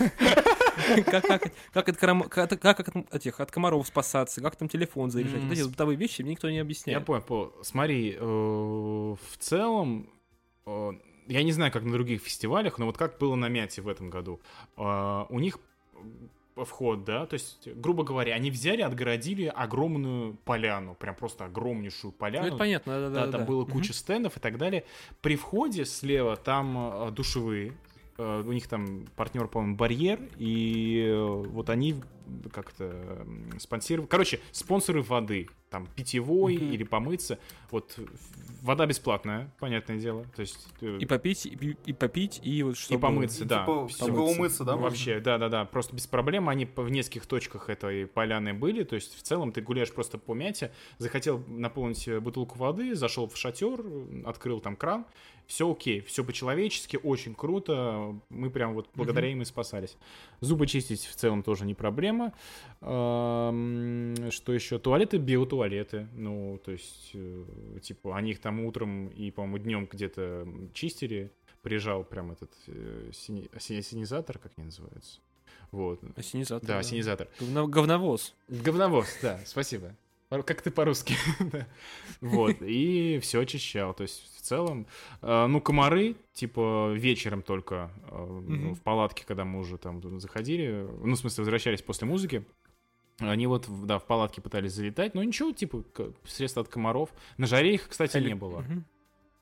Speaker 1: Как от комаров спасаться? Как там телефон заряжать? Вот эти бытовые вещи мне никто не объясняет.
Speaker 2: Я понял. Смотри, в целом, я не знаю, как на других фестивалях, но вот как было на Мяте в этом году. У них вход, да, то есть, грубо говоря, они взяли, отгородили огромную поляну, прям просто огромнейшую поляну.
Speaker 1: Ну, это понятно, да.
Speaker 2: Там было куча стендов и так далее. При входе слева там душевые. У них там партнер, по-моему, Барьер, и вот они как-то спонсировали. Короче, спонсоры воды, там, питьевой или помыться. Вот, вода бесплатная, понятное дело. То есть,
Speaker 1: и попить, и вот чтобы...
Speaker 2: И помыться, да.
Speaker 3: Типа умыться, да?
Speaker 2: Вообще, да, просто без проблем. Они в нескольких точках этой поляны были, то есть в целом ты гуляешь просто по Мяте, захотел наполнить бутылку воды, зашел в шатер, открыл там кран, все окей, все по-человечески, очень круто, мы прям вот благодаря им и спасались. Зубы чистить в целом тоже не проблема. Что еще? Туалеты, биотуалеты, ну, то есть, типа, они их там утром и, по-моему, днем где-то чистили, приезжал прям этот ассенизатор, как они называются? Вот.
Speaker 1: Ассенизатор.
Speaker 2: Да, ассенизатор.
Speaker 1: Говновоз.
Speaker 2: Говновоз, да, спасибо. Как ты по-русски. Вот, и все очищал. То есть, в целом, ну, комары, типа, вечером только в палатке, когда мы уже там заходили, ну, в смысле, возвращались после музыки, они вот, да, в палатке пытались залетать, но ничего, типа, средства от комаров. На жаре их, кстати, не было.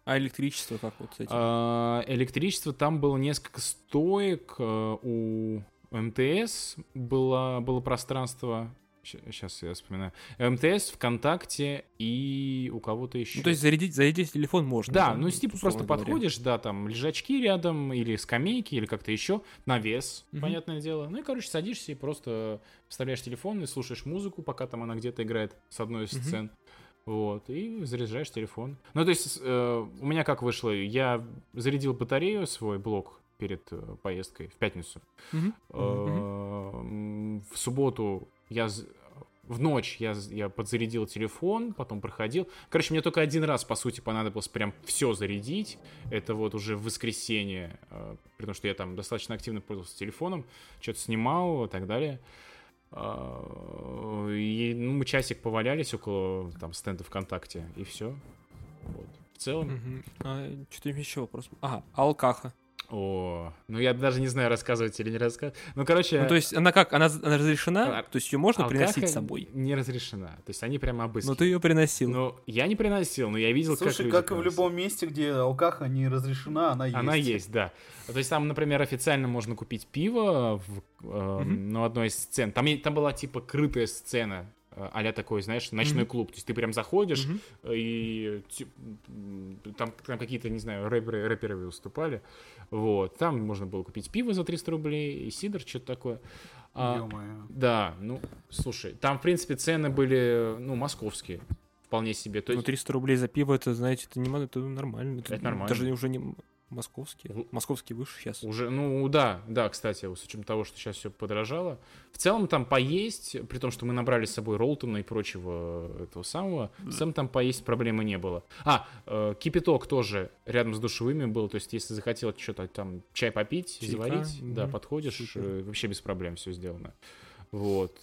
Speaker 1: А электричество как вот с этим?
Speaker 2: Электричество, там было несколько стоек. У МТС было пространство. Сейчас я вспоминаю. МТС, ВКонтакте и у кого-то еще.
Speaker 1: Ну, то есть зарядить телефон можно.
Speaker 2: Да, ну типа просто
Speaker 1: условно говоря.
Speaker 2: подходишь, да, там лежачки рядом, или скамейки, или как-то еще, навес,
Speaker 1: Мгм.
Speaker 2: понятное дело. Ну и, короче, садишься и просто вставляешь телефон и слушаешь музыку, пока там она где-то играет с одной из
Speaker 1: Мгм.
Speaker 2: сцен. Вот, и заряжаешь телефон. Ну, то есть, у меня как вышло, я зарядил батарею, свой блок перед поездкой в пятницу.
Speaker 1: Мгм.
Speaker 2: В субботу в ночь я подзарядил телефон, потом проходил. Короче, мне только один раз, по сути, понадобилось прям все зарядить. Это вот уже в воскресенье, потому что я там достаточно активно пользовался телефоном, что-то снимал и так далее. И мы часик повалялись около там стенда ВКонтакте, и все. Вот. В целом...
Speaker 1: Мгм. Что-то еще вопрос. Ага, алкаха.
Speaker 2: Ну я даже не знаю, рассказывать или не рассказывать. Ну, короче...
Speaker 1: Ну, то есть она как? Она разрешена?
Speaker 2: А,
Speaker 1: То есть ее можно приносить
Speaker 2: алкаха
Speaker 1: с собой?
Speaker 2: не разрешена. То есть они прямо обыски.
Speaker 1: Но ты ее приносил.
Speaker 2: Ну, я не приносил, но я видел,
Speaker 3: Слушай,
Speaker 2: люди
Speaker 3: как и в
Speaker 2: приносят.
Speaker 3: любом месте, где алкаха не разрешена, она есть.
Speaker 2: Она есть, да. То есть там, например, официально можно купить пиво на одной из сцен. Там была типа крытая сцена, а-ля такой, знаешь, ночной клуб. То есть ты прям заходишь,
Speaker 1: Мгм.
Speaker 2: и там какие-то, не знаю, рэперы выступали. Вот. Там можно было купить пиво за 300 рублей, и сидр, что-то такое.
Speaker 3: Ё-моё.
Speaker 2: Да, ну, слушай, там, в принципе, цены были, ну, московские. Вполне себе. То
Speaker 1: Ну,
Speaker 2: есть,
Speaker 1: 300 рублей за пиво, это, знаете, это нормально.
Speaker 2: Это нормально.
Speaker 1: Даже уже не московские. Московские выше сейчас.
Speaker 2: уже, ну, да, кстати, с учетом того, что сейчас все подорожало. В целом там поесть, при том, что мы набрали с собой Ролтона и прочего этого самого, в целом там поесть проблемы не было. Кипяток тоже рядом с душевыми был, то есть если захотел что-то там, чай попить,
Speaker 1: Чайка,
Speaker 2: заварить, да,
Speaker 1: мгм,
Speaker 2: подходишь,
Speaker 1: супер.
Speaker 2: вообще без проблем все сделано. Вот.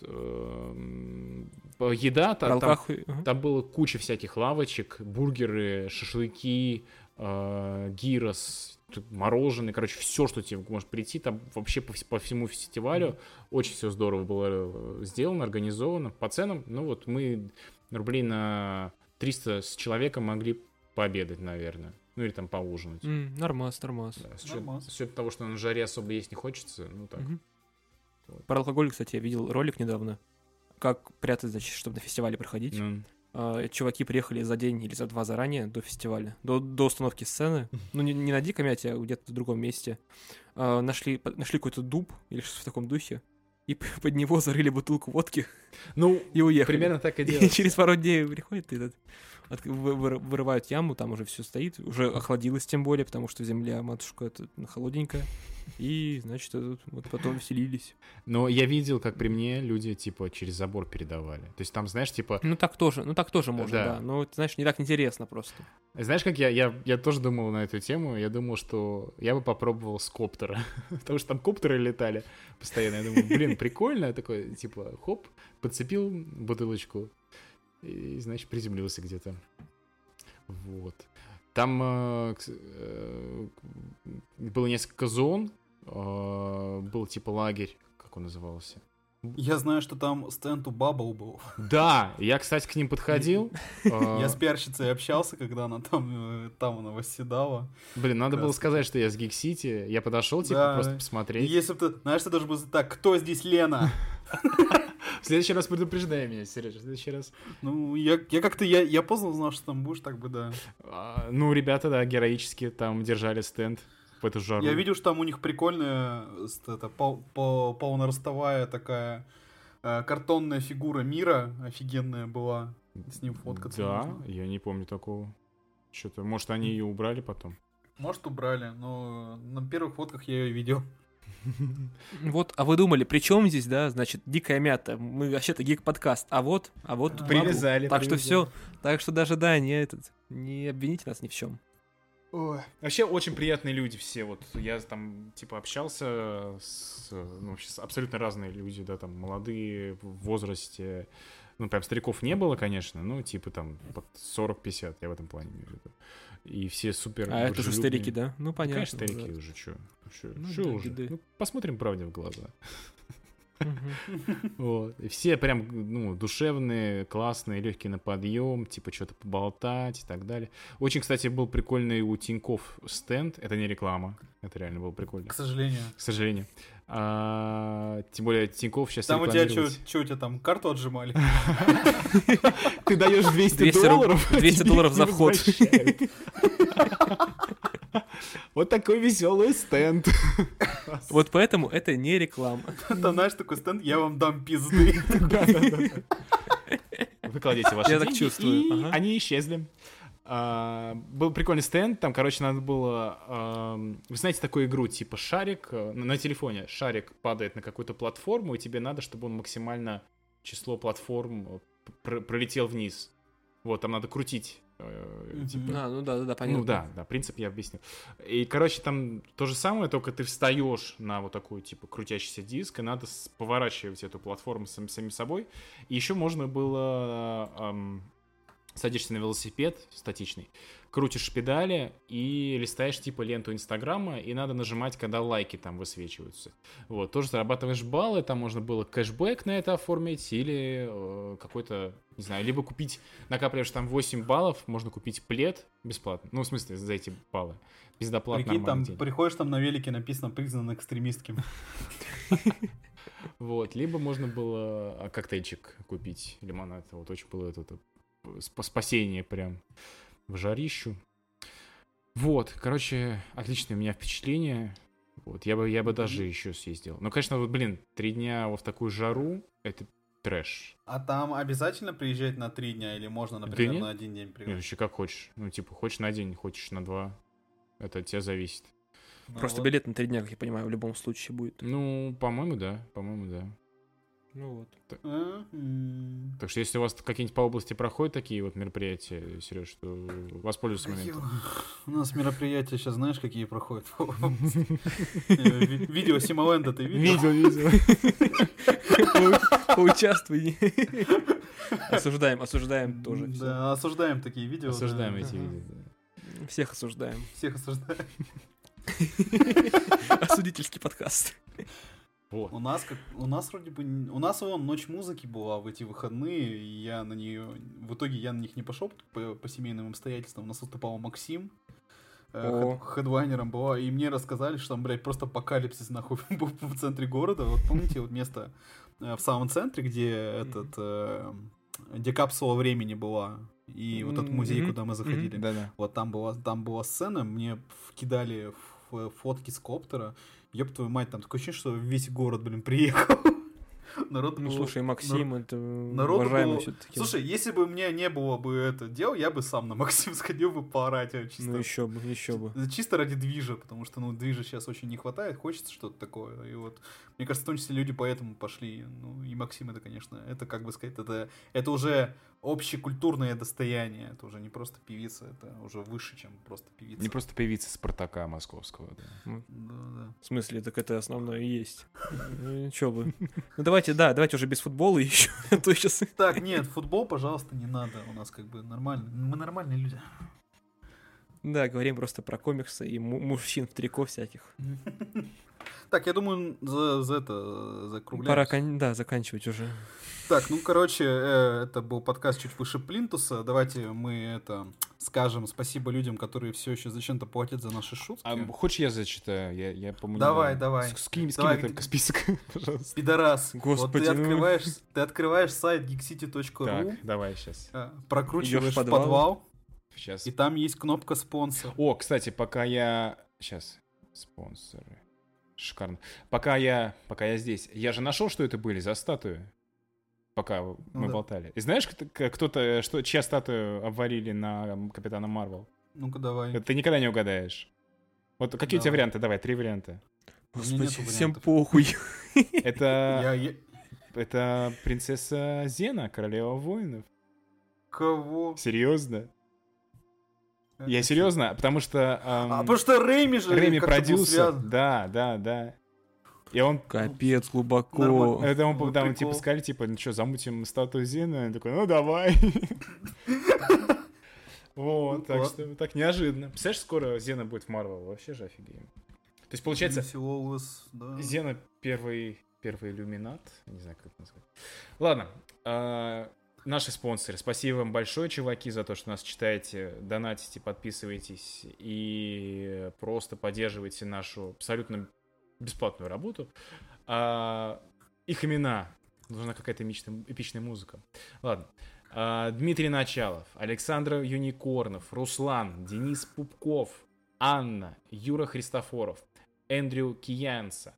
Speaker 2: Еда,
Speaker 1: Про
Speaker 2: там
Speaker 1: алкаху. Ага.
Speaker 2: Там было куча всяких лавочек, бургеры, шашлыки, гирос, мороженое, короче, все, что тебе может прийти, там вообще по всему фестивалю. Очень все здорово было сделано, организовано. По ценам, ну вот мы рублей на 300 с человеком могли пообедать, наверное. Ну или там поужинать.
Speaker 1: Нормас.
Speaker 2: Да, с
Speaker 3: Нормас.
Speaker 2: учетом того, что на жаре особо есть не хочется, ну так.
Speaker 1: Мгм. Про алкоголь, кстати, я видел ролик недавно. Как прятать, значит, чтобы на фестивале проходить.
Speaker 2: Ну,
Speaker 1: Чуваки приехали за день или за два заранее до фестиваля, до установки сцены. Ну, не на Дикомяте, а где-то в другом месте. Нашли какой-то дуб или что-то в таком духе. И под него зарыли бутылку водки
Speaker 2: ну,
Speaker 1: и уехали.
Speaker 2: примерно так и
Speaker 1: И
Speaker 2: делается.
Speaker 1: через пару дней приходит и вырывают яму, там уже все стоит, уже охладилось тем более, потому что земля, матушка, это холодненькая. И, значит, вот потом веселились.
Speaker 2: Но я видел, как при мне люди, типа, через забор передавали. То есть там, знаешь, типа...
Speaker 1: Ну так тоже можно,
Speaker 2: Да.
Speaker 1: да. Но, это, знаешь, не так интересно просто.
Speaker 2: Знаешь, как я тоже думал на эту тему. Я думал, что я бы попробовал с коптера. Потому что там коптеры летали постоянно. Я думаю, блин, прикольно. Я такой, типа, хоп, подцепил бутылочку. И, значит, приземлился где-то. Вот. Там было несколько зон. Был типа лагерь, как он назывался.
Speaker 3: Я знаю, что там стенд у Баббл был.
Speaker 2: Да, я, кстати, к ним подходил.
Speaker 3: Я с пиарщицей общался, когда она там она восседала.
Speaker 2: Блин, надо было
Speaker 3: Краски.
Speaker 2: сказать, что я с Гик-Сити. Я подошел, типа,
Speaker 3: Да.
Speaker 2: просто
Speaker 3: И
Speaker 2: посмотреть.
Speaker 3: если бы ты, знаешь, ты должен был сказать, так, кто здесь Лена?
Speaker 2: В следующий раз предупреждай меня, Сережа, в следующий раз.
Speaker 3: Ну, я как-то, я поздно узнал, что там будешь, так бы, да.
Speaker 2: Ну, ребята, да, героически там держали стенд в эту жару.
Speaker 3: Я видел, что там у них прикольная, полноростовая такая картонная фигура мира офигенная была. С ним фоткаться
Speaker 2: Да,
Speaker 3: можно.
Speaker 2: я не помню такого. Что-то, может, они ее убрали потом.
Speaker 3: Может, убрали, но на первых фотках я ее видел.
Speaker 1: Вот, а вы думали, при чем здесь, да, значит, Дикая Мята? Мы вообще-то гик-подкаст, а вот тут
Speaker 2: Привязали,
Speaker 1: Баббл. Так что
Speaker 2: привязали.
Speaker 1: все, так что даже, да, не обвините нас ни в чем.
Speaker 2: Ой. Вообще очень приятные люди все. Вот я там типа общался с, ну, вообще абсолютно разные люди, да, там молодые в возрасте. Ну, прям стариков не было, конечно, ну, типа там под 40-50, я в этом плане имею в виду. И все супер
Speaker 1: А это же
Speaker 2: дружелюбные.
Speaker 1: старики, да? Ну, понятно.
Speaker 2: Конечно, старики
Speaker 1: да.
Speaker 2: уже, что
Speaker 1: Ну,
Speaker 2: что
Speaker 1: да,
Speaker 2: уже.
Speaker 1: беды.
Speaker 2: Ну, посмотрим правде в глаза. Вот. И все прям, ну, душевные, классные, легкие на подъем, типа что-то поболтать и так далее. Очень, кстати, был прикольный у Тинькофф стенд. Это не реклама. Это реально было прикольно.
Speaker 3: К сожалению.
Speaker 2: К сожалению. Тем более Тинькофф сейчас
Speaker 3: Там у тебя
Speaker 2: рекламировать.
Speaker 3: что у тебя там, карту отжимали?
Speaker 2: Ты даешь 200
Speaker 1: 200
Speaker 2: долларов, а
Speaker 1: 200
Speaker 2: тебе
Speaker 1: долларов
Speaker 2: их
Speaker 1: за
Speaker 2: не
Speaker 1: вход.
Speaker 2: возвращают. Вот такой веселый стенд.
Speaker 1: Вот поэтому это не реклама.
Speaker 3: Там, знаешь, такой стенд, я вам дам пизды.
Speaker 2: Вы кладете ваши
Speaker 1: Я так
Speaker 2: деньги,
Speaker 1: чувствую,
Speaker 2: и
Speaker 1: ага.
Speaker 2: они исчезли. Был прикольный стенд, там, короче, надо было... Вы знаете такую игру, типа шарик, на телефоне шарик падает на какую-то платформу, и тебе надо, чтобы он максимально число платформ пролетел вниз. Вот, там надо крутить. Типа,
Speaker 1: Ну да, понятно.
Speaker 2: ну да, принцип я объяснил. И, короче, там то же самое, только ты встаешь на вот такой, типа, крутящийся диск, и надо поворачивать эту платформу самим собой. И еще можно было... садишься на велосипед статичный, крутишь педали и листаешь типа ленту Инстаграма, и надо нажимать, когда лайки там высвечиваются. Вот, тоже зарабатываешь баллы, там можно было кэшбэк на это оформить или какой-то, не знаю, либо купить, накапливаешь там 8 баллов, можно купить плед бесплатно, ну, в смысле, за эти баллы. Бездоплатно.
Speaker 3: Прикинь, там
Speaker 2: день.
Speaker 3: приходишь, там на велике написано «признан экстремистским».
Speaker 2: Вот, либо можно было коктейльчик купить, лимонад, вот очень было это спасение прям в жарищу. Вот, короче, отличное у меня впечатление. Вот, я бы даже еще съездил. Но, конечно, вот, блин, 3 дня в такую жару, это трэш.
Speaker 3: А там обязательно приезжать на 3 дня или можно,
Speaker 2: Да
Speaker 3: например,
Speaker 2: нет.
Speaker 3: на 1 день
Speaker 2: Нет,
Speaker 3: приехать?
Speaker 2: вообще как хочешь. Ну, типа, хочешь на день, хочешь на 2. Это от тебя зависит.
Speaker 3: Ну
Speaker 1: Просто
Speaker 3: вот.
Speaker 1: билет на 3 дня, как я понимаю, в любом случае будет.
Speaker 2: Ну, по-моему, да.
Speaker 1: Ну вот.
Speaker 2: Так что если у вас какие-нибудь по области проходят такие вот мероприятия, Сереж, то воспользуйся моментом.
Speaker 3: У нас мероприятия сейчас, знаешь, какие проходят? Видео Симоленда ты видел?
Speaker 2: Видел.
Speaker 1: Поучаствуй. Осуждаем тоже. всё.
Speaker 3: Да, осуждаем такие видео.
Speaker 2: Осуждаем
Speaker 3: да.
Speaker 2: эти видео. да.
Speaker 1: Всех осуждаем.
Speaker 3: Всех осуждаем.
Speaker 1: Осудительский подкаст.
Speaker 2: Вот.
Speaker 3: У нас вроде бы... У нас вон Ночь музыки была в эти выходные, и я на нее... В итоге я на них не пошел по семейным обстоятельствам. У нас выступал Максим.
Speaker 1: О.
Speaker 3: Хедлайнером была, и мне рассказали, что там, блядь, просто апокалипсис, нахуй, был в центре города. Вот помните вот место в самом центре, где где капсула времени была, и вот этот музей, куда мы заходили.
Speaker 2: Да-да.
Speaker 3: Вот там была сцена, мне кидали фотки с коптера. Ёб твою мать, там такое ощущение, что весь город, блин, приехал. Народ
Speaker 1: Ну
Speaker 3: был-
Speaker 1: слушай, Максим, это
Speaker 3: народу
Speaker 1: уважаемый
Speaker 3: было-
Speaker 1: все-таки.
Speaker 3: Слушай, если бы у меня не было бы это дел, я бы сам на Максим сходил бы поорать. Чисто.
Speaker 1: Ну еще бы.
Speaker 3: Чисто ради движа, потому что, движа сейчас очень не хватает, хочется что-то такое. И вот, мне кажется, в том числе люди поэтому пошли. Ну, и Максим это, конечно, это, как бы сказать, это уже общекультурное достояние. Это уже не просто певица, это уже выше, чем просто певица.
Speaker 2: Не просто певица Спартака московского. Да.
Speaker 3: Да.
Speaker 1: В смысле, так это основное и есть. Че бы. Ну давайте уже без футбола еще. А то сейчас...
Speaker 3: Так, нет, футбол, пожалуйста, не надо. У нас как бы нормально. Мы нормальные люди.
Speaker 1: Да, говорим просто про комиксы и мужчин в трико всяких.
Speaker 3: Так, я думаю, закругляемся.
Speaker 1: Пора, заканчивать уже.
Speaker 3: Так, короче, это был подкаст чуть выше Плинтуса. Давайте мы скажем спасибо людям, которые все еще зачем-то платят за наши шутки.
Speaker 2: А хочешь я зачитаю? Я по-моему,
Speaker 3: Давай.
Speaker 2: Скинь
Speaker 3: Давай.
Speaker 2: только список, пожалуйста.
Speaker 3: Пидорас.
Speaker 1: Господи,
Speaker 3: Вот ты открываешь сайт geekcity.ru,
Speaker 2: Так, давай сейчас.
Speaker 3: прокручиваешь
Speaker 1: Идёшь в
Speaker 3: в подвал,
Speaker 2: Сейчас.
Speaker 3: и там есть кнопка спонсор.
Speaker 2: О, кстати, пока я... Сейчас. Спонсоры. Шикарно. Пока я здесь. Я же нашел, что это были за статуи. Пока мы
Speaker 3: да.
Speaker 2: болтали. И знаешь, кто-то, чья статую обварили на Капитана Марвел?
Speaker 3: Ну-ка, давай.
Speaker 2: Ты никогда не угадаешь. Вот какие у тебя
Speaker 3: Давай.
Speaker 2: варианты? Давай, 3 варианта.
Speaker 3: У меня
Speaker 1: Господи,
Speaker 3: нету
Speaker 1: всем
Speaker 3: вариантов.
Speaker 1: похуй.
Speaker 2: Это... Это принцесса Зена, королева воинов.
Speaker 3: Кого?
Speaker 2: Серьезно? Я серьезно, потому что...
Speaker 3: Потому что Рэйми же
Speaker 2: Рэми
Speaker 3: как-то был
Speaker 2: продюсер.
Speaker 3: связан.
Speaker 2: Да. И он...
Speaker 1: Капец, глубоко.
Speaker 3: Нормально.
Speaker 2: Это он,
Speaker 3: Вот
Speaker 2: да,
Speaker 3: прикол.
Speaker 2: типа сказали, типа, ну что, замутим статую Зена? Он такой, ну давай. Вот, так
Speaker 3: классно.
Speaker 2: что так неожиданно. Представляешь, скоро Зена будет в Марвел? Вообще же офигенно. То есть, получается,
Speaker 3: Лиси Лоуэлс, да.
Speaker 2: Зена первый Первый иллюминат. Не знаю, как это назвать. Ладно. Наши спонсоры. Спасибо вам большое, чуваки, за то, что нас читаете, донатите, подписываетесь и просто поддерживаете нашу абсолютно бесплатную работу. Их имена. Нужна какая-то эпичная музыка. Ладно. Дмитрий Началов, Александр Юникорнов, Руслан, Денис Пупков, Анна, Юра Христофоров, Эндрю Кияница,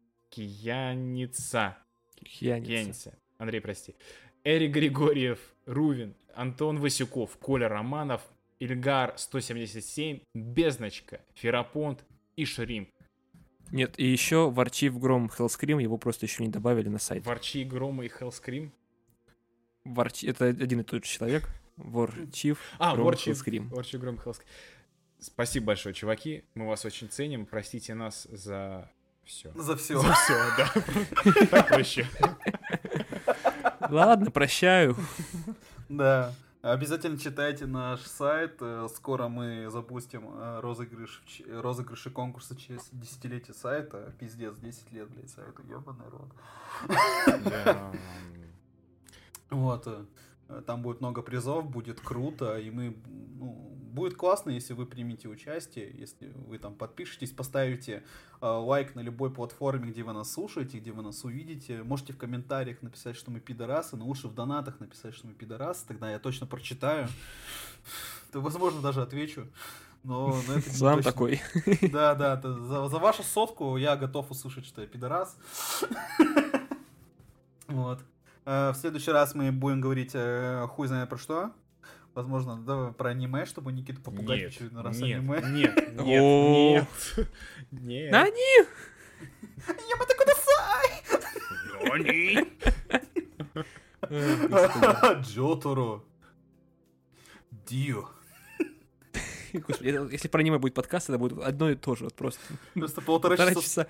Speaker 2: Андрей, прости, Эрик Григорьев, Рувин, Антон Васюков, Коля Романов, Ильгар 177, Безночка, Ферапонт и Шримп.
Speaker 1: Нет, и еще Ворчив Гром Хеллскрим, его просто еще не добавили на сайт.
Speaker 2: Ворчи Грома и Хеллскрим?
Speaker 1: Это один и тот же человек. Ворчив Гром Хеллскрим.
Speaker 2: Ворчив Гром Хеллскрим. Спасибо большое, чуваки. Мы вас очень ценим. Простите нас за все.
Speaker 3: За все.
Speaker 2: За все, да. Так проще.
Speaker 1: Ладно, прощаю.
Speaker 3: Да. Обязательно читайте наш сайт. Скоро мы запустим розыгрыши конкурса через десятилетие сайта. Пиздец, 10 лет, блядь, сайту. Ёбаный рот. Вот. Там будет много призов, будет круто, и будет классно, если вы примете участие, если вы там подпишетесь, поставите лайк на любой платформе, где вы нас слушаете, где вы нас увидите. Можете в комментариях написать, что мы пидорасы, но лучше в донатах написать, что мы пидорасы, тогда я точно прочитаю. То, возможно, даже отвечу. Но это
Speaker 1: сам
Speaker 3: точно.
Speaker 1: Такой.
Speaker 3: Да, за вашу сотку я готов услышать, что я пидорас. Вот. В следующий раз мы будем говорить хуй знает про что. Возможно, да, про аниме, чтобы Никиту попугать в очередной раз аниме.
Speaker 2: Нет.
Speaker 1: Нани!
Speaker 3: Ямато кудасай! Джоторо. Дио.
Speaker 1: Господи, если про аниме будет подкаст, это будет одно и то же. Вот просто.
Speaker 3: Просто полтора часа.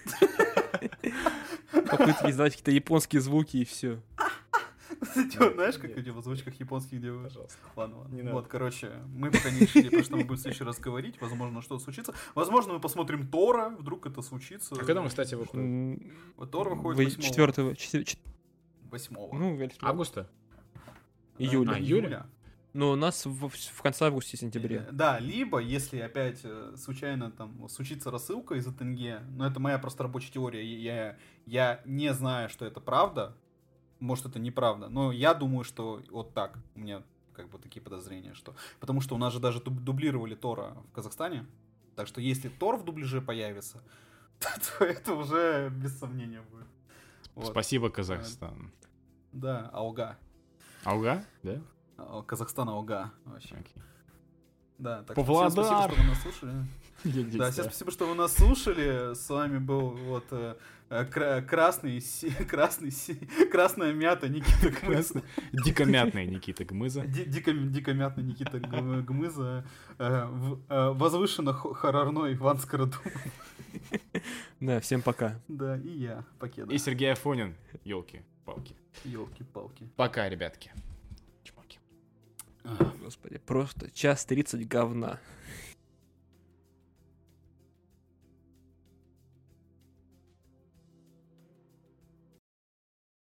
Speaker 1: Попытки издавать какие-то японские звуки и все.
Speaker 3: Знаешь, как у тебя в озвучках японских делают? Ладно. Вот, короче, мы пока не решили, про что мы будем в следующий раз говорить. Возможно, что-то случится. Возможно, мы посмотрим Тора, вдруг это случится.
Speaker 2: А когда мы, кстати, выходим?
Speaker 3: Тор выходит
Speaker 1: 4-го.
Speaker 3: 8-го.
Speaker 2: Августа?
Speaker 1: Июля. Но у нас в конце августа-сентябре.
Speaker 3: Да, либо, если опять случайно там случится рассылка из-за тенге, но это моя просто рабочая теория, я не знаю, что это правда, может, это неправда, но я думаю, что вот так, у меня как бы такие подозрения, что... Потому что у нас же даже дублировали Тора в Казахстане, так что если Тор в дубляже появится, то это уже без сомнения будет. Вот.
Speaker 2: Спасибо, Казахстан.
Speaker 3: Да, Алга.
Speaker 2: Алга, да?
Speaker 3: Казахстан Алга вообще.
Speaker 2: Okay.
Speaker 3: Да, так
Speaker 2: Павлодар.
Speaker 3: Всем спасибо, что вы нас слушали. Да, всем спасибо, что вы нас слушали. С вами был вот красная мята Никита Гмыза.
Speaker 2: Дикомятный Никита Гмыза.
Speaker 3: Дикомятный Никита Гмыза. Возвышенно хоррорной Иван Скородумов.
Speaker 1: Да, всем пока.
Speaker 3: Да, и я, покеда.
Speaker 2: И Сергей Афонин. Ёлки-палки.
Speaker 3: Ёлки-палки.
Speaker 2: Пока, ребятки.
Speaker 1: Господи, просто час 30 говна.